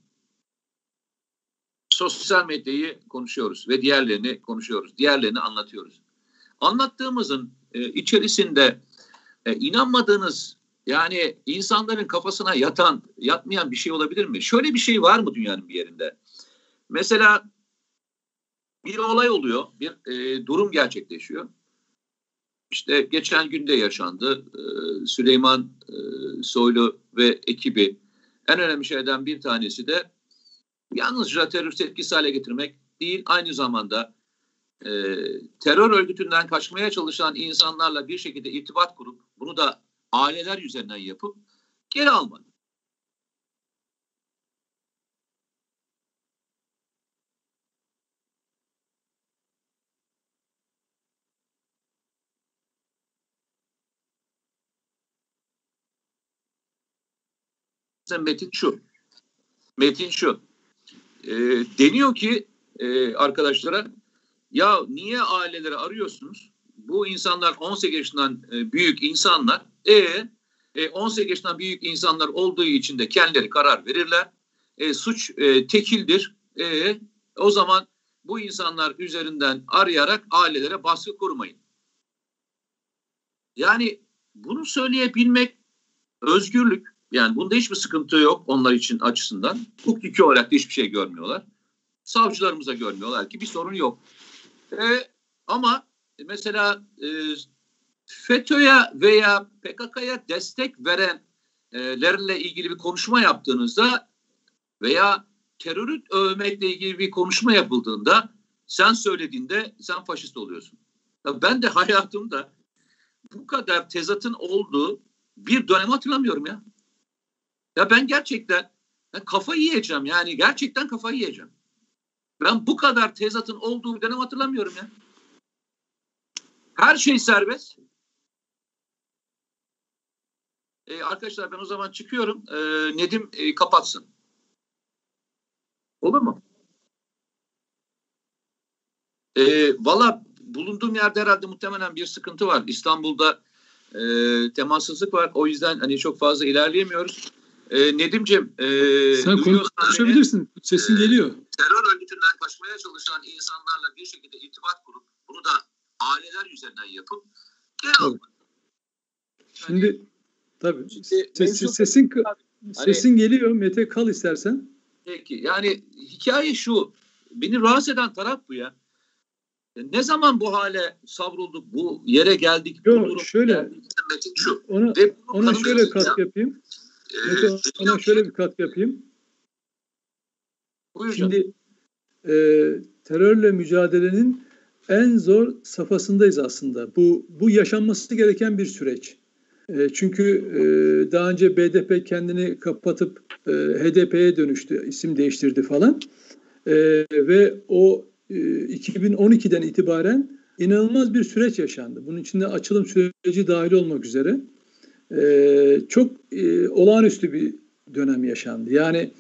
Sosyal medyayı konuşuyoruz ve diğerlerini konuşuyoruz. Diğerlerini anlatıyoruz. Anlattığımızın içerisinde inanmadığınız, yani insanların kafasına yatmayan bir şey olabilir mi? Şöyle bir şey var mı dünyanın bir yerinde? Mesela bir olay oluyor, bir durum gerçekleşiyor. İşte geçen günde yaşandı. Süleyman Soylu ve ekibi, en önemli şeylerden bir tanesi de yalnızca terörist etkisiz hale getirmek değil, aynı zamanda terör örgütünden kaçmaya çalışan insanlarla bir şekilde irtibat kurup bunu da aileler üzerinden yapıp geri almak. Metin şu. Deniyor ki arkadaşlara, ya niye aileleri arıyorsunuz? Bu insanlar 18 yaşından büyük insanlar. 18 yaşından büyük insanlar olduğu için de kendileri karar verirler. Suç tekildir. O zaman bu insanlar üzerinden arayarak ailelere baskı kurmayın. Yani bunu söyleyebilmek özgürlük. Yani bunda hiçbir sıkıntı yok onlar için açısından. Hukuki olarak da hiçbir şey görmüyorlar. Savcılarımıza görmüyorlar ki bir sorun yok. Ama mesela FETÖ'ye veya PKK'ya destek verenlerle ilgili bir konuşma yaptığınızda veya terörü övmekle ilgili bir konuşma yapıldığında, sen söylediğinde sen faşist oluyorsun. Ya ben de hayatımda bu kadar tezatın olduğu bir dönem hatırlamıyorum ya. Ya ben gerçekten kafayı yiyeceğim, yani gerçekten kafayı yiyeceğim. Ben bu kadar tezatın olduğu bir dönem hatırlamıyorum ya. Her şey serbest. Arkadaşlar ben o zaman çıkıyorum. Nedim kapatsın. Olur mu? Valla bulunduğum yerde herhalde muhtemelen bir sıkıntı var. İstanbul'da temassızlık var. O yüzden hani çok fazla ilerleyemiyoruz. Nedim'ciğim sen konuşabilirsin. Sesin geliyor. Terör örgütünden kaçmaya çalışan insanlarla bir şekilde irtibat kurup bunu da aileler üzerinden yapıp geri almak. Şimdi tabii sesin geliyor. Mete, kal istersen. Peki, yani hikaye şu. Beni rahatsız eden taraf bu ya. Ne zaman bu hale savrulduk, bu yere geldik? Yok, şöyle. Ona şöyle katkı yapayım. Ona şöyle bir katkı yapayım. Buyur. Şimdi terörle mücadelenin en zor safhasındayız aslında. Bu yaşanması gereken bir süreç. Çünkü daha önce BDP kendini kapatıp HDP'ye dönüştü, isim değiştirdi falan. Ve o 2012'den itibaren inanılmaz bir süreç yaşandı. Bunun içinde açılım süreci dahil olmak üzere çok olağanüstü bir dönem yaşandı. Yani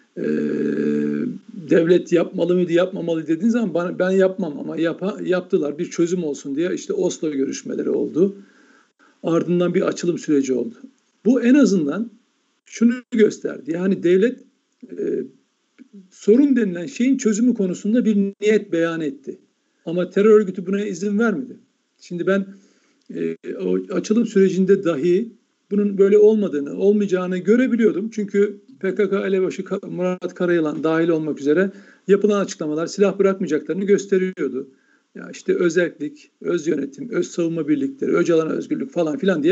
devlet yapmalı mıydı, yapmamalı dediğin zaman ben yapmam ama yaptılar. Bir çözüm olsun diye işte Oslo görüşmeleri oldu. Ardından bir açılım süreci oldu. Bu en azından şunu gösterdi. Yani devlet sorun denilen şeyin çözümü konusunda bir niyet beyan etti. Ama terör örgütü buna izin vermedi. Şimdi ben o açılım sürecinde dahi bunun böyle olmayacağını görebiliyordum. Çünkü PKK elebaşı Murat Karayılan dahil olmak üzere yapılan açıklamalar silah bırakmayacaklarını gösteriyordu. Ya işte özerklik, öz yönetim, öz savunma birlikleri, Öcalan'a özgürlük falan filan diye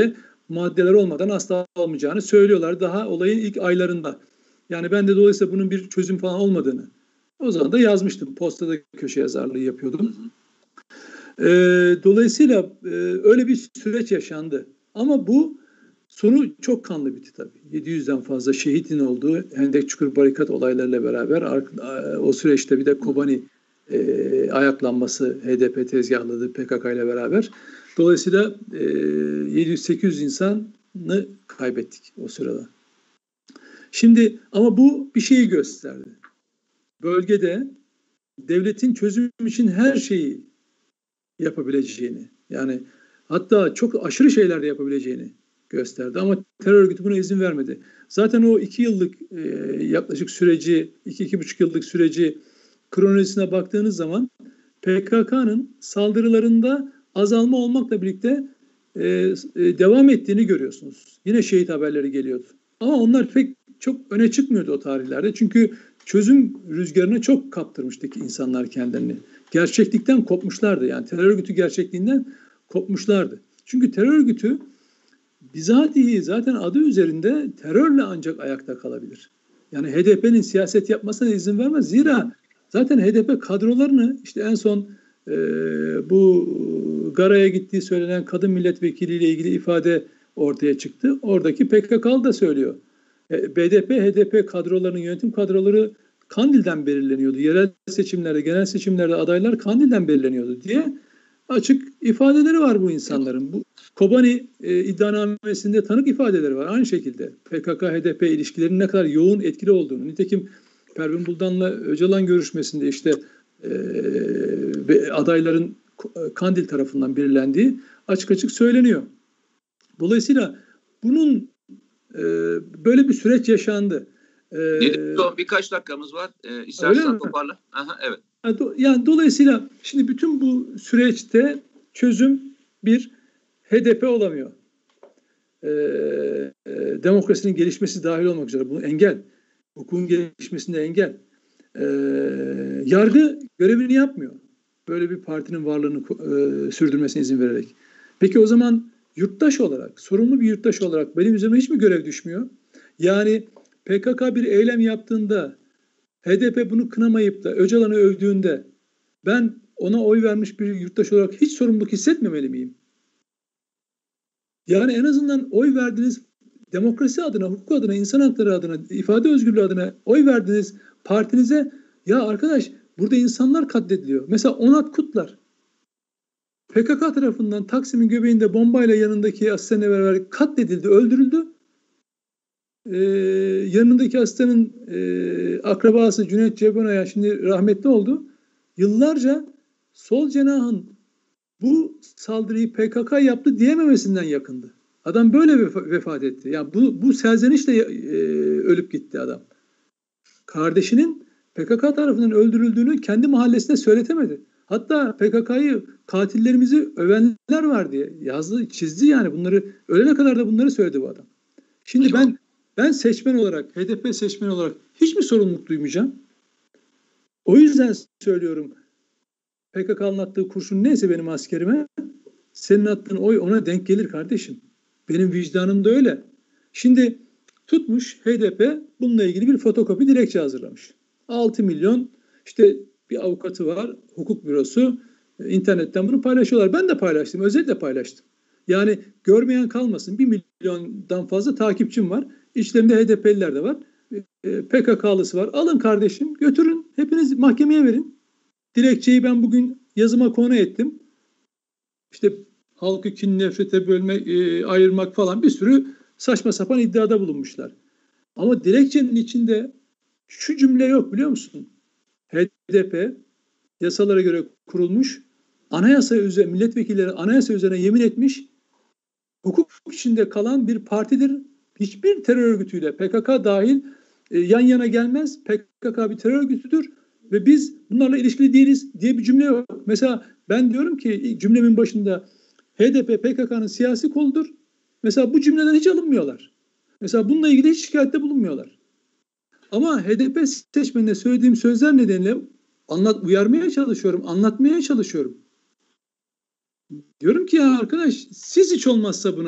maddeler olmadan asla olmayacağını söylüyorlar daha olayın ilk aylarında. Yani ben de dolayısıyla bunun bir çözüm falan olmadığını o zaman da yazmıştım. Postada köşe yazarlığı yapıyordum. Dolayısıyla öyle bir süreç yaşandı. Ama bu sonu çok kanlı bitti tabii. 700'den fazla şehitin olduğu Hendek Çukur Barikat olaylarıyla beraber o süreçte bir de Kobani ayaklanması HDP tezgahladı PKK ile beraber. Dolayısıyla 700-800 insanı kaybettik o sırada. Şimdi ama bu bir şeyi gösterdi. Bölgede devletin çözüm için her şeyi yapabileceğini, yani hatta çok aşırı şeyler de yapabileceğini gösterdi. Ama terör örgütü buna izin vermedi. Zaten o 2 yıllık yaklaşık süreci, 2-2,5 yıllık süreci kronolojisine baktığınız zaman PKK'nın saldırılarında azalma olmakla birlikte devam ettiğini görüyorsunuz. Yine şehit haberleri geliyordu. Ama onlar pek çok öne çıkmıyordu o tarihlerde. Çünkü çözüm rüzgarına çok kaptırmıştı insanlar kendilerini. Gerçeklikten kopmuşlardı. Yani terör örgütü gerçekliğinden kopmuşlardı. Çünkü terör örgütü bizatihi zaten adı üzerinde terörle ancak ayakta kalabilir. Yani HDP'nin siyaset yapmasına izin vermez. Zira zaten HDP kadrolarını işte en son bu Gara'ya gittiği söylenen kadın milletvekiliyle ilgili ifade ortaya çıktı. Oradaki PKK'lı da söylüyor. BDP, HDP kadrolarının yönetim kadroları Kandil'den belirleniyordu. Yerel seçimlerde, genel seçimlerde adaylar Kandil'den belirleniyordu diye açık ifadeleri var bu insanların. Bu Kobani iddianamesinde tanık ifadeleri var. Aynı şekilde PKK-HDP ilişkilerinin ne kadar yoğun etkili olduğunu. Nitekim Pervin Buldan'la Öcalan görüşmesinde işte adayların Kandil tarafından belirlendiği açık açık söyleniyor. Dolayısıyla bunun böyle bir süreç yaşandı. Son birkaç dakikamız var. İstersen toparla. Aha, evet. Yani dolayısıyla şimdi bütün bu süreçte çözüm bir HDP olamıyor. Demokrasinin gelişmesi dahil olmak üzere bunu engel. Hukukun gelişmesinde engel. Yargı görevini yapmıyor. Böyle bir partinin varlığını sürdürmesine izin vererek. Peki o zaman yurttaş olarak, sorumlu bir yurttaş olarak benim üzerime hiç mi görev düşmüyor? Yani PKK bir eylem yaptığında, HDP bunu kınamayıp da Öcalan'ı övdüğünde ben ona oy vermiş bir yurttaş olarak hiç sorumluluk hissetmemeli miyim? Yani en azından oy verdiğiniz demokrasi adına, hukuk adına, insan hakları adına, ifade özgürlüğü adına oy verdiğiniz partinize ya arkadaş burada insanlar katlediliyor. Mesela Onat Kutlar PKK tarafından Taksim'in göbeğinde bombayla yanındaki asistanla beraber katledildi, öldürüldü. Yanındaki asistanın akrabası Cüneyt Cebenay'a şimdi rahmetli oldu. Yıllarca sol cenahın bu saldırıyı PKK yaptı diyememesinden yakındı. Adam böyle vefat etti. Yani bu serzenişle ölüp gitti adam. Kardeşinin PKK tarafından öldürüldüğünü kendi mahallesinde söyletemedi. Hatta PKK'yı katillerimizi övenler var diye yazdı, çizdi yani bunları ölene kadar da bunları söyledi bu adam. Şimdi ben seçmen olarak, HDP seçmen olarak hiç mi sorumluluk duymayacağım? O yüzden söylüyorum PKK'nın attığı kurşun neyse benim askerime senin attığın oy ona denk gelir kardeşim. Benim vicdanım da öyle. Şimdi tutmuş HDP bununla ilgili bir fotokopi dilekçe hazırlamış. 6 milyon işte bir avukatı var, hukuk bürosu internetten bunu paylaşıyorlar. Ben de paylaştım, özellikle paylaştım. Yani görmeyen kalmasın. 1 milyondan fazla takipçim var. İçlerinde HDP'liler de var. PKK'lısı var. Alın kardeşim, götürün. Hepiniz mahkemeye verin. Dilekçeyi ben bugün yazıma konu ettim. İşte halkı kin nefrete bölmek, ayırmak falan bir sürü saçma sapan iddiada bulunmuşlar. Ama dilekçenin içinde şu cümle yok biliyor musun? HDP yasalara göre kurulmuş, anayasa üzerine, milletvekilleri anayasa üzerine yemin etmiş, hukuk içinde kalan bir partidir. Hiçbir terör örgütüyle PKK dahil yan yana gelmez. PKK bir terör örgütüdür ve biz bunlarla ilişkili değiliz diye bir cümle yok. Mesela ben diyorum ki cümlemin başında HDP PKK'nın siyasi koludur. Mesela bu cümleden hiç alınmıyorlar. Mesela bununla ilgili hiç şikayette bulunmuyorlar. Ama HDP seçmenine söylediğim sözler nedeniyle uyarmaya çalışıyorum, anlatmaya çalışıyorum. Diyorum ki ya arkadaş siz hiç olmazsa buna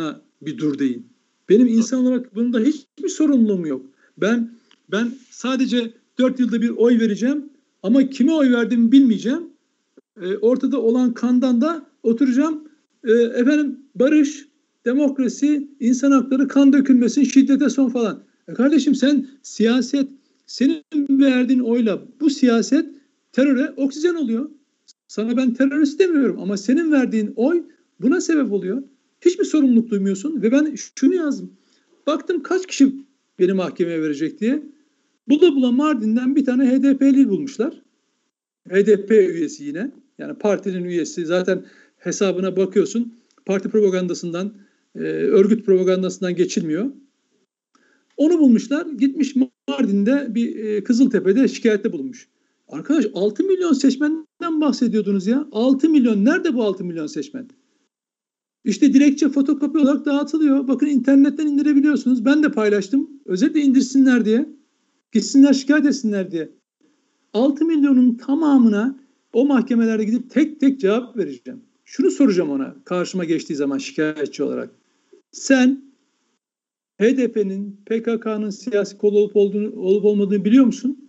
bir dur deyin. Benim insan olarak bunda hiçbir sorumluluğum yok. Ben sadece 4 yılda bir oy vereceğim ama kime oy verdiğimi bilmeyeceğim. Ortada olan kandan da oturacağım. Efendim barış, demokrasi, insan hakları, kan dökülmesin, şiddete son falan. Kardeşim sen siyaset, senin verdiğin oyla bu siyaset teröre oksijen oluyor. Sana ben terörist demiyorum ama senin verdiğin oy buna sebep oluyor. Hiçbir sorumluluk duymuyorsun ve ben şunu yazdım. Baktım kaç kişi beni mahkemeye verecek diye. Bula Mardin'den bir tane HDP'li bulmuşlar. HDP üyesi yine. Yani partinin üyesi. Zaten hesabına bakıyorsun. Parti propagandasından, örgüt propagandasından geçilmiyor. Onu bulmuşlar. Gitmiş Mardin'de bir Kızıltepe'de şikayette bulunmuş. Arkadaş 6 milyon seçmenden bahsediyordunuz ya. 6 milyon. Nerede bu 6 milyon seçmen? İşte dilekçe fotokopi olarak dağıtılıyor. Bakın internetten indirebiliyorsunuz. Ben de paylaştım. Özellikle indirsinler diye. Gitsinler şikayet etsinler diye. 6 milyonun tamamına o mahkemelerde gidip tek tek cevap vereceğim. Şunu soracağım ona karşıma geçtiği zaman şikayetçi olarak. Sen HDP'nin, PKK'nın siyasi kol olup olmadığını biliyor musun?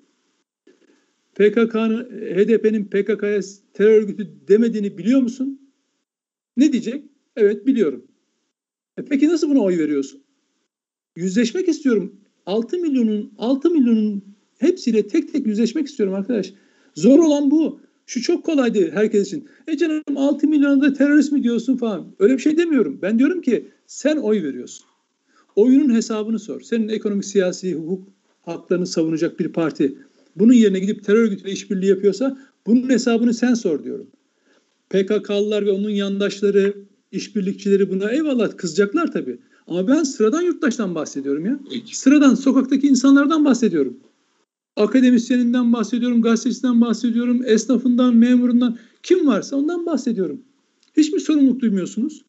HDP'nin PKK'ya terör örgütü demediğini biliyor musun? Ne diyecek? Evet biliyorum. Peki nasıl buna oy veriyorsun? Yüzleşmek istiyorum. 6 milyonun hepsiyle tek tek yüzleşmek istiyorum arkadaş. Zor olan bu. Şu çok kolaydı herkes için. Canım 6 milyona da terörist mi diyorsun falan. Öyle bir şey demiyorum. Ben diyorum ki sen oy veriyorsun. Oyunun hesabını sor. Senin ekonomik, siyasi, hukuk haklarını savunacak bir parti bunun yerine gidip terör örgütüyle işbirliği yapıyorsa bunun hesabını sen sor diyorum. PKK'lılar ve onun yandaşları, işbirlikçileri buna eyvallah kızacaklar tabii. Ama ben sıradan yurttaştan bahsediyorum ya. Sıradan sokaktaki insanlardan bahsediyorum. Akademisyeninden bahsediyorum, gazetecisinden bahsediyorum, esnafından, memurundan. Kim varsa ondan bahsediyorum. Hiçbir sorumluluk duymuyorsunuz.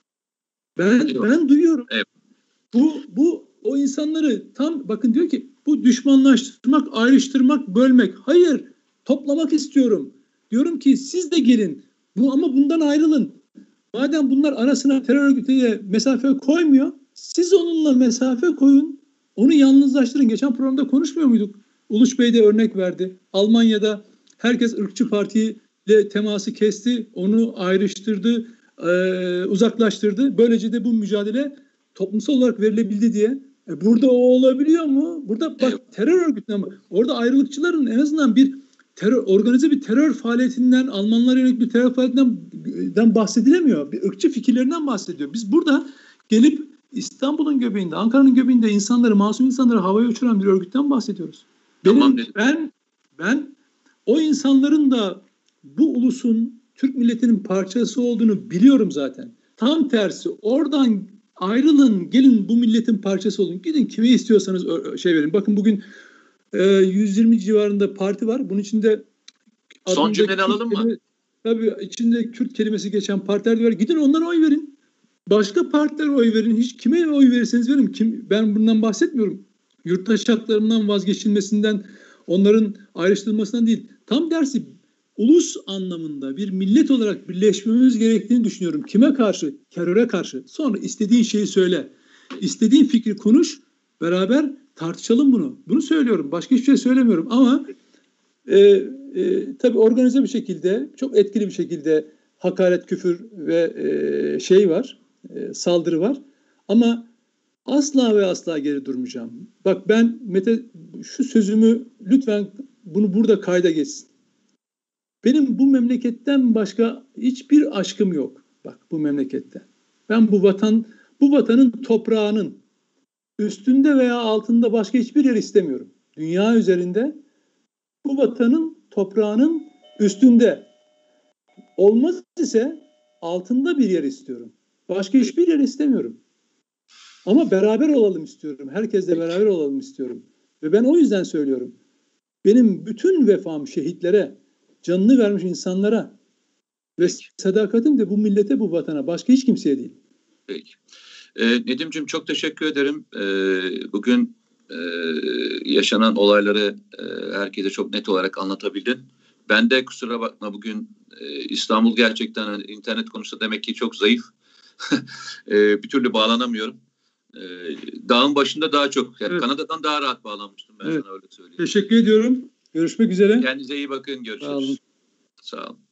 Ben duyuyorum. Evet. Bu o insanları tam bakın diyor ki bu düşmanlaştırmak, ayrıştırmak, bölmek. Hayır, toplamak istiyorum. Diyorum ki siz de gelin. Ama bundan ayrılın. Madem bunlar arasına terör örgütüyle mesafe koymuyor, siz onunla mesafe koyun. Onu yalnızlaştırın. Geçen programda konuşmuyor muyduk? Uluç Bey de örnek verdi. Almanya'da herkes ırkçı partiyle teması kesti. Onu ayrıştırdı, uzaklaştırdı. Böylece de bu mücadele toplumsal olarak verilebildi diye. Burada o olabiliyor mu? Burada bak terör örgütünden orada ayrılıkçıların en azından bir organize bir terör faaliyetinden, Almanlara yönelik bir terör faaliyetinden bahsedilemiyor. Bir ırkçı fikirlerinden bahsediyor. Biz burada gelip İstanbul'un göbeğinde, Ankara'nın göbeğinde insanları, masum insanları havaya uçuran bir örgütten bahsediyoruz. Ben o insanların da bu ulusun, Türk milletinin parçası olduğunu biliyorum zaten. Tam tersi oradan ayrılın, gelin bu milletin parçası olun. Gidin kime istiyorsanız verin. Bakın bugün 120 civarında parti var. Bunun içinde son cümleni alalım mı? Tabii içinde Kürt kelimesi geçen partiler de var. Gidin onlara oy verin. Başka partilere oy verin. Hiç kime oy verirseniz verin. Ben bundan bahsetmiyorum. Yurttaş haklarından vazgeçilmesinden, onların ayrıştırılmasından değil. Tam dersi ulus anlamında bir millet olarak birleşmemiz gerektiğini düşünüyorum. Kime karşı? Teröre karşı. Sonra istediğin şeyi söyle. İstediğin fikri konuş. Beraber tartışalım bunu. Bunu söylüyorum. Başka hiçbir şey söylemiyorum. Ama tabii organize bir şekilde, çok etkili bir şekilde hakaret, küfür ve var. Saldırı var. Ama asla ve asla geri durmayacağım. Bak ben Mete şu sözümü lütfen bunu burada kayda geçsin. Benim bu memleketten başka hiçbir aşkım yok. Bak bu memlekette. Ben bu vatanın toprağının üstünde veya altında başka hiçbir yer istemiyorum. Dünya üzerinde bu vatanın toprağının üstünde olmaz ise altında bir yer istiyorum. Başka hiçbir yer istemiyorum. Ama beraber olalım istiyorum. Herkesle beraber olalım istiyorum. Ve ben o yüzden söylüyorum. Benim bütün vefam şehitlere, canını vermiş insanlara ve sadakatim de bu millete, bu vatana. Başka hiç kimseye değil. Peki. Nedim'ciğim çok teşekkür ederim. Bugün yaşanan olayları herkese çok net olarak anlatabildin. Ben de kusura bakma bugün İstanbul gerçekten internet konusunda demek ki çok zayıf. bir türlü bağlanamıyorum. Dağın başında daha çok. Yani Evet. Kanada'dan daha rahat bağlanmıştım ben Evet. sana öyle söyleyeyim. Teşekkür ediyorum. Görüşmek üzere. Kendinize iyi bakın. Görüşürüz. Sağ olun. Sağ olun.